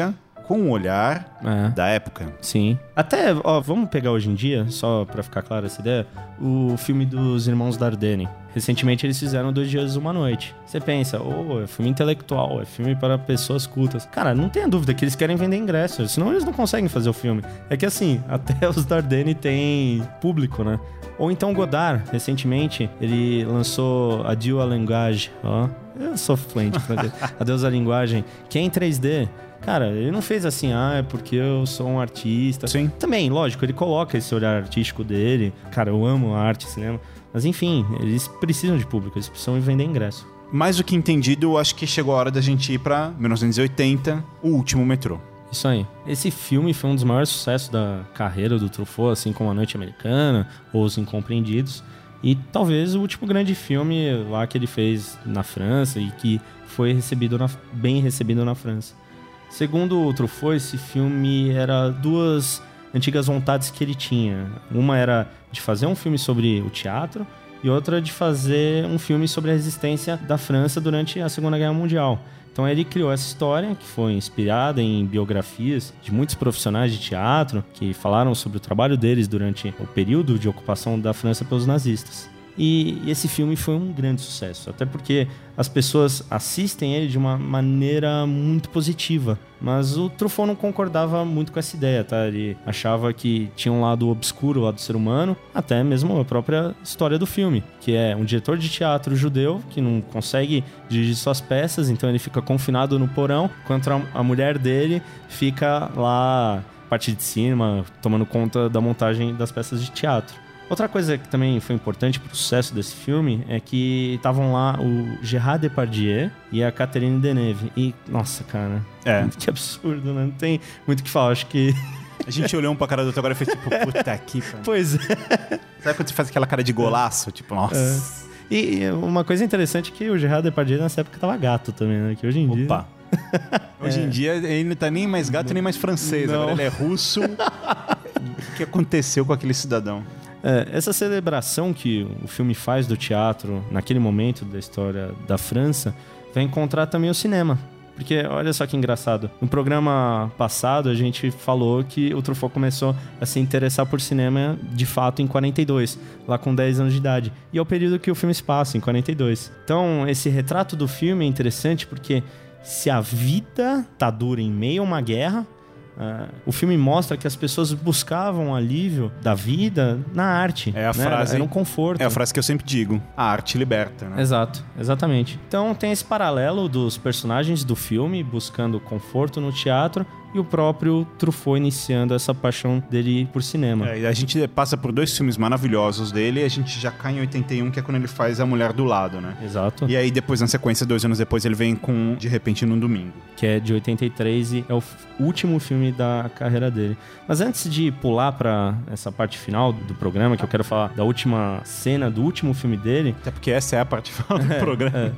B: com o olhar da época.
C: Sim. Até, vamos pegar hoje em dia, só pra ficar clara essa ideia, o filme dos Irmãos Dardenne. Recentemente eles fizeram 2 Dias, Uma Noite. Você pensa, é filme intelectual, é filme para pessoas cultas. Cara, não tenha dúvida que eles querem vender ingressos, senão eles não conseguem fazer o filme. É que assim, até os Dardenne têm público, né? Ou então Godard, recentemente, ele lançou Adieu à Langage, eu sou fluente, Adeus à Linguagem, que é em 3D. Cara, ele não fez assim, é porque eu sou um artista.
B: Sim.
C: Também, lógico, ele coloca esse olhar artístico dele. Cara, eu amo a arte, cinema. Mas enfim, eles precisam de público, eles precisam vender ingresso.
B: Mais do que entendido, acho que chegou a hora da gente ir pra 1980, O Último Metrô.
C: Isso aí. Esse filme foi um dos maiores sucessos da carreira do Truffaut, assim como A Noite Americana ou Os Incompreendidos. E talvez o último grande filme lá que ele fez na França e que foi bem recebido na França. Segundo o Truffaut, esse filme era 2 antigas vontades que ele tinha. Uma era de fazer um filme sobre o teatro e outra de fazer um filme sobre a resistência da França durante a Segunda Guerra Mundial. Então ele criou essa história, que foi inspirada em biografias de muitos profissionais de teatro que falaram sobre o trabalho deles durante o período de ocupação da França pelos nazistas. E esse filme foi um grande sucesso, até porque as pessoas assistem ele de uma maneira muito positiva. Mas o Truffaut não concordava muito com essa ideia, tá? Ele achava que tinha um lado obscuro lá do ser humano, até mesmo a própria história do filme, que é um diretor de teatro judeu que não consegue dirigir suas peças, então ele fica confinado no porão, enquanto a mulher dele fica lá, parte de cima, tomando conta da montagem das peças de teatro. Outra coisa que também foi importante pro sucesso desse filme é que estavam lá o Gérard Depardieu e a Catherine Deneuve. E, nossa, cara, que absurdo, né? Não tem muito o que falar, acho que...
B: A gente olhou um pra cara do outro agora e fez tipo, puta aqui, cara.
C: Pois é.
B: Sabe quando você faz aquela cara de golaço? Tipo, nossa.
C: E uma coisa interessante é que o Gérard Depardieu nessa época tava gato também, né? Que hoje em dia...
B: Hoje em dia ele não tá nem mais gato nem mais francês. Agora ele é russo. O que aconteceu com aquele cidadão?
C: Essa celebração que o filme faz do teatro naquele momento da história da França vai encontrar também o cinema. Porque olha só que engraçado, no programa passado a gente falou que o Truffaut começou a se interessar por cinema de fato em 42, lá com 10 anos de idade. E é o período que o filme se passa, em 42. Então esse retrato do filme é interessante porque se a vida tá dura em meio a uma guerra, o filme mostra que as pessoas buscavam alívio da vida na arte.
B: É a frase.
C: Era um conforto.
B: É a frase que eu sempre digo. A arte liberta, né?
C: Exato, exatamente. Então tem esse paralelo dos personagens do filme buscando conforto no teatro e o próprio Truffaut iniciando essa paixão dele por cinema.
B: A gente passa por 2 filmes maravilhosos dele e a gente já cai em 81, que é quando ele faz A Mulher do Lado, né?
C: Exato.
B: E aí depois, na sequência, 2 anos depois, ele vem com De Repente num Domingo.
C: Que é de 83 e é o último filme da carreira dele. Mas antes de pular pra essa parte final do programa, que eu quero falar da última cena do último filme dele...
B: Até porque essa é a parte final do programa.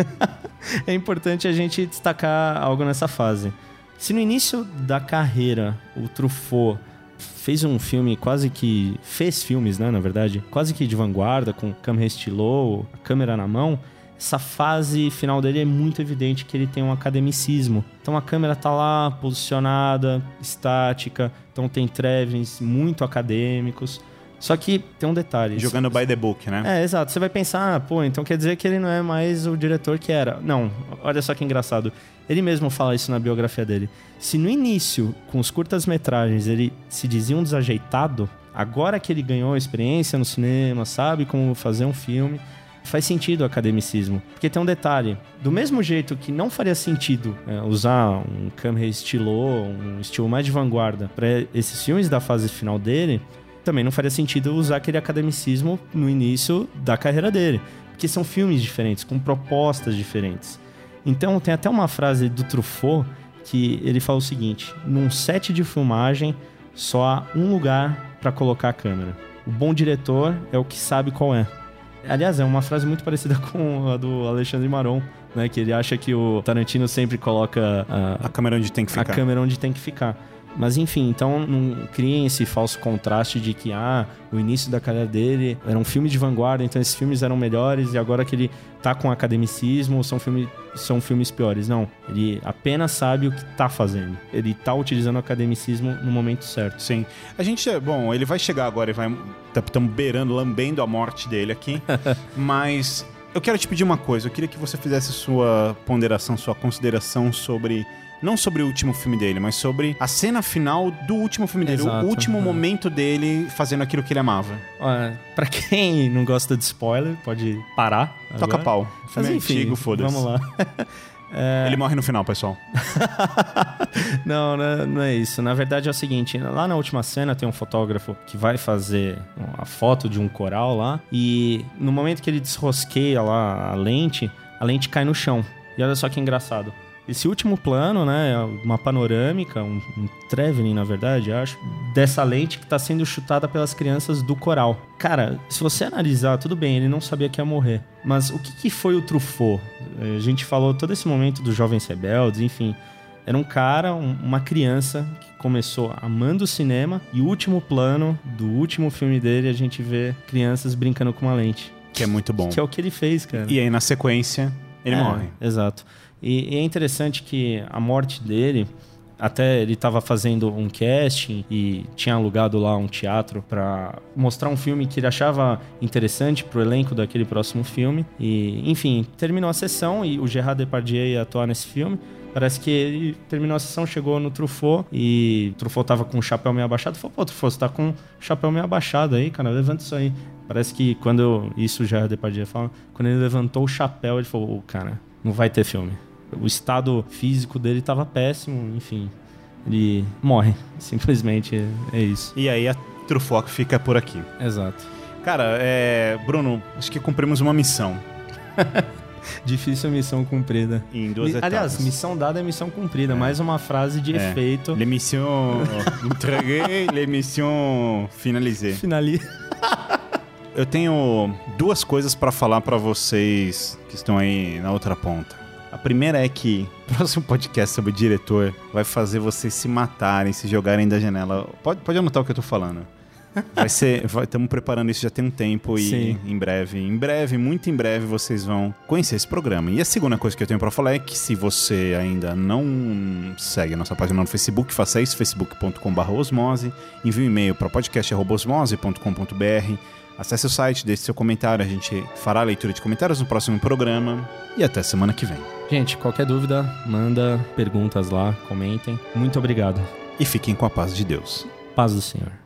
C: É importante a gente destacar algo nessa fase. Se no início da carreira o Truffaut fez um filme fez filmes, né, na verdade, quase que de vanguarda, com câmera estiloso, a câmera na mão, essa fase final dele é muito evidente que ele tem um academicismo. Então a câmera tá lá posicionada, estática, então tem travelings muito acadêmicos. Só que tem um detalhe.
B: Jogando by the book, né?
C: Exato. Você vai pensar, então quer dizer que ele não é mais o diretor que era. Não, olha só que engraçado. Ele mesmo fala isso na biografia dele. Se no início, com os curtas-metragens, ele se dizia um desajeitado, agora que ele ganhou experiência no cinema, sabe como fazer um filme, faz sentido o academicismo. Porque tem um detalhe. Do mesmo jeito que não faria sentido usar um câmera estiloso, um estilo mais de vanguarda para esses filmes da fase final dele, também não faria sentido usar aquele academicismo no início da carreira dele. Porque são filmes diferentes, com propostas diferentes. Então tem até uma frase do Truffaut que ele fala o seguinte: num set de filmagem só há um lugar para colocar a câmera. O bom diretor é o que sabe qual é. Aliás, é uma frase muito parecida com a do Alexandre Maron, né? Que ele acha que o Tarantino sempre coloca
B: a câmera onde tem que ficar.
C: A câmera onde tem que ficar. Mas enfim, então não criem esse falso contraste de que o início da carreira dele era um filme de vanguarda, então esses filmes eram melhores e agora que ele tá com academicismo são filmes piores. Não, ele apenas sabe o que tá fazendo. Ele tá utilizando o academicismo no momento certo.
B: Sim. A gente, ele vai chegar agora e estamos lambendo a morte dele aqui, mas eu quero te pedir uma coisa, eu queria que você fizesse sua ponderação, sua consideração sobre... Não sobre o último filme dele, mas sobre a cena final do último filme dele.
C: Exato.
B: O último momento dele fazendo aquilo que ele amava.
C: Pra quem não gosta de spoiler, pode parar.
B: Toca pau.
C: Mas enfim,
B: antigo, foda-se.
C: Vamos lá.
B: Ele morre no final, pessoal.
C: Não é isso. Na verdade é o seguinte, lá na última cena tem um fotógrafo que vai fazer a foto de um coral lá, e no momento que ele desrosqueia lá a lente cai no chão. E olha só que engraçado. Esse último plano, né, uma panorâmica, um traveling, na verdade, acho, dessa lente que tá sendo chutada pelas crianças do coral. Cara, se você analisar, tudo bem, ele não sabia que ia morrer. Mas o que foi o Truffaut? A gente falou todo esse momento dos Jovens Rebeldes, enfim. Era um cara, uma criança que começou amando o cinema, e o último plano do último filme dele, a gente vê crianças brincando com uma lente.
B: Que é muito bom.
C: Que é o que ele fez, cara.
B: E aí, na sequência, ele morre.
C: Exato. E é interessante que a morte dele, até ele estava fazendo um casting e tinha alugado lá um teatro para mostrar um filme que ele achava interessante pro elenco daquele próximo filme. E, enfim, terminou a sessão e o Gerard Depardieu ia atuar nesse filme. Parece que ele terminou a sessão, chegou no Truffaut e o Truffaut tava com o chapéu meio abaixado. Falou, pô, Truffaut, você tá com o chapéu meio abaixado aí, cara, levanta isso aí. Parece que isso o Gerard Depardieu fala, quando ele levantou o chapéu, ele falou, cara, não vai ter filme. O estado físico dele tava péssimo, enfim. Ele morre, simplesmente é isso.
B: E aí a Truffaut fica por aqui.
C: Exato.
B: Cara, Bruno, acho que cumprimos uma missão.
C: Difícil missão cumprida.
B: Em 2 etapas.
C: Aliás, missão dada é missão cumprida. Mais uma frase de efeito.
B: L'émission entreguée, l'émission finalisée. Eu tenho 2 coisas pra falar pra vocês que estão aí na outra ponta. A primeira é que o próximo podcast sobre o diretor vai fazer vocês se matarem, se jogarem da janela. Pode anotar o que eu tô falando. Estamos preparando isso já tem um tempo e
C: Sim.
B: em breve, muito em breve, vocês vão conhecer esse programa. E a segunda coisa que eu tenho pra falar é que se você ainda não segue a nossa página no Facebook, faça isso, facebook.com/osmose, envie um e-mail para podcast@osmose.com.br, acesse o site, deixe seu comentário, a gente fará a leitura de comentários no próximo programa e até semana que vem.
C: Gente, qualquer dúvida, manda perguntas lá, comentem. Muito obrigado.
B: E fiquem com a paz de Deus.
C: Paz do Senhor.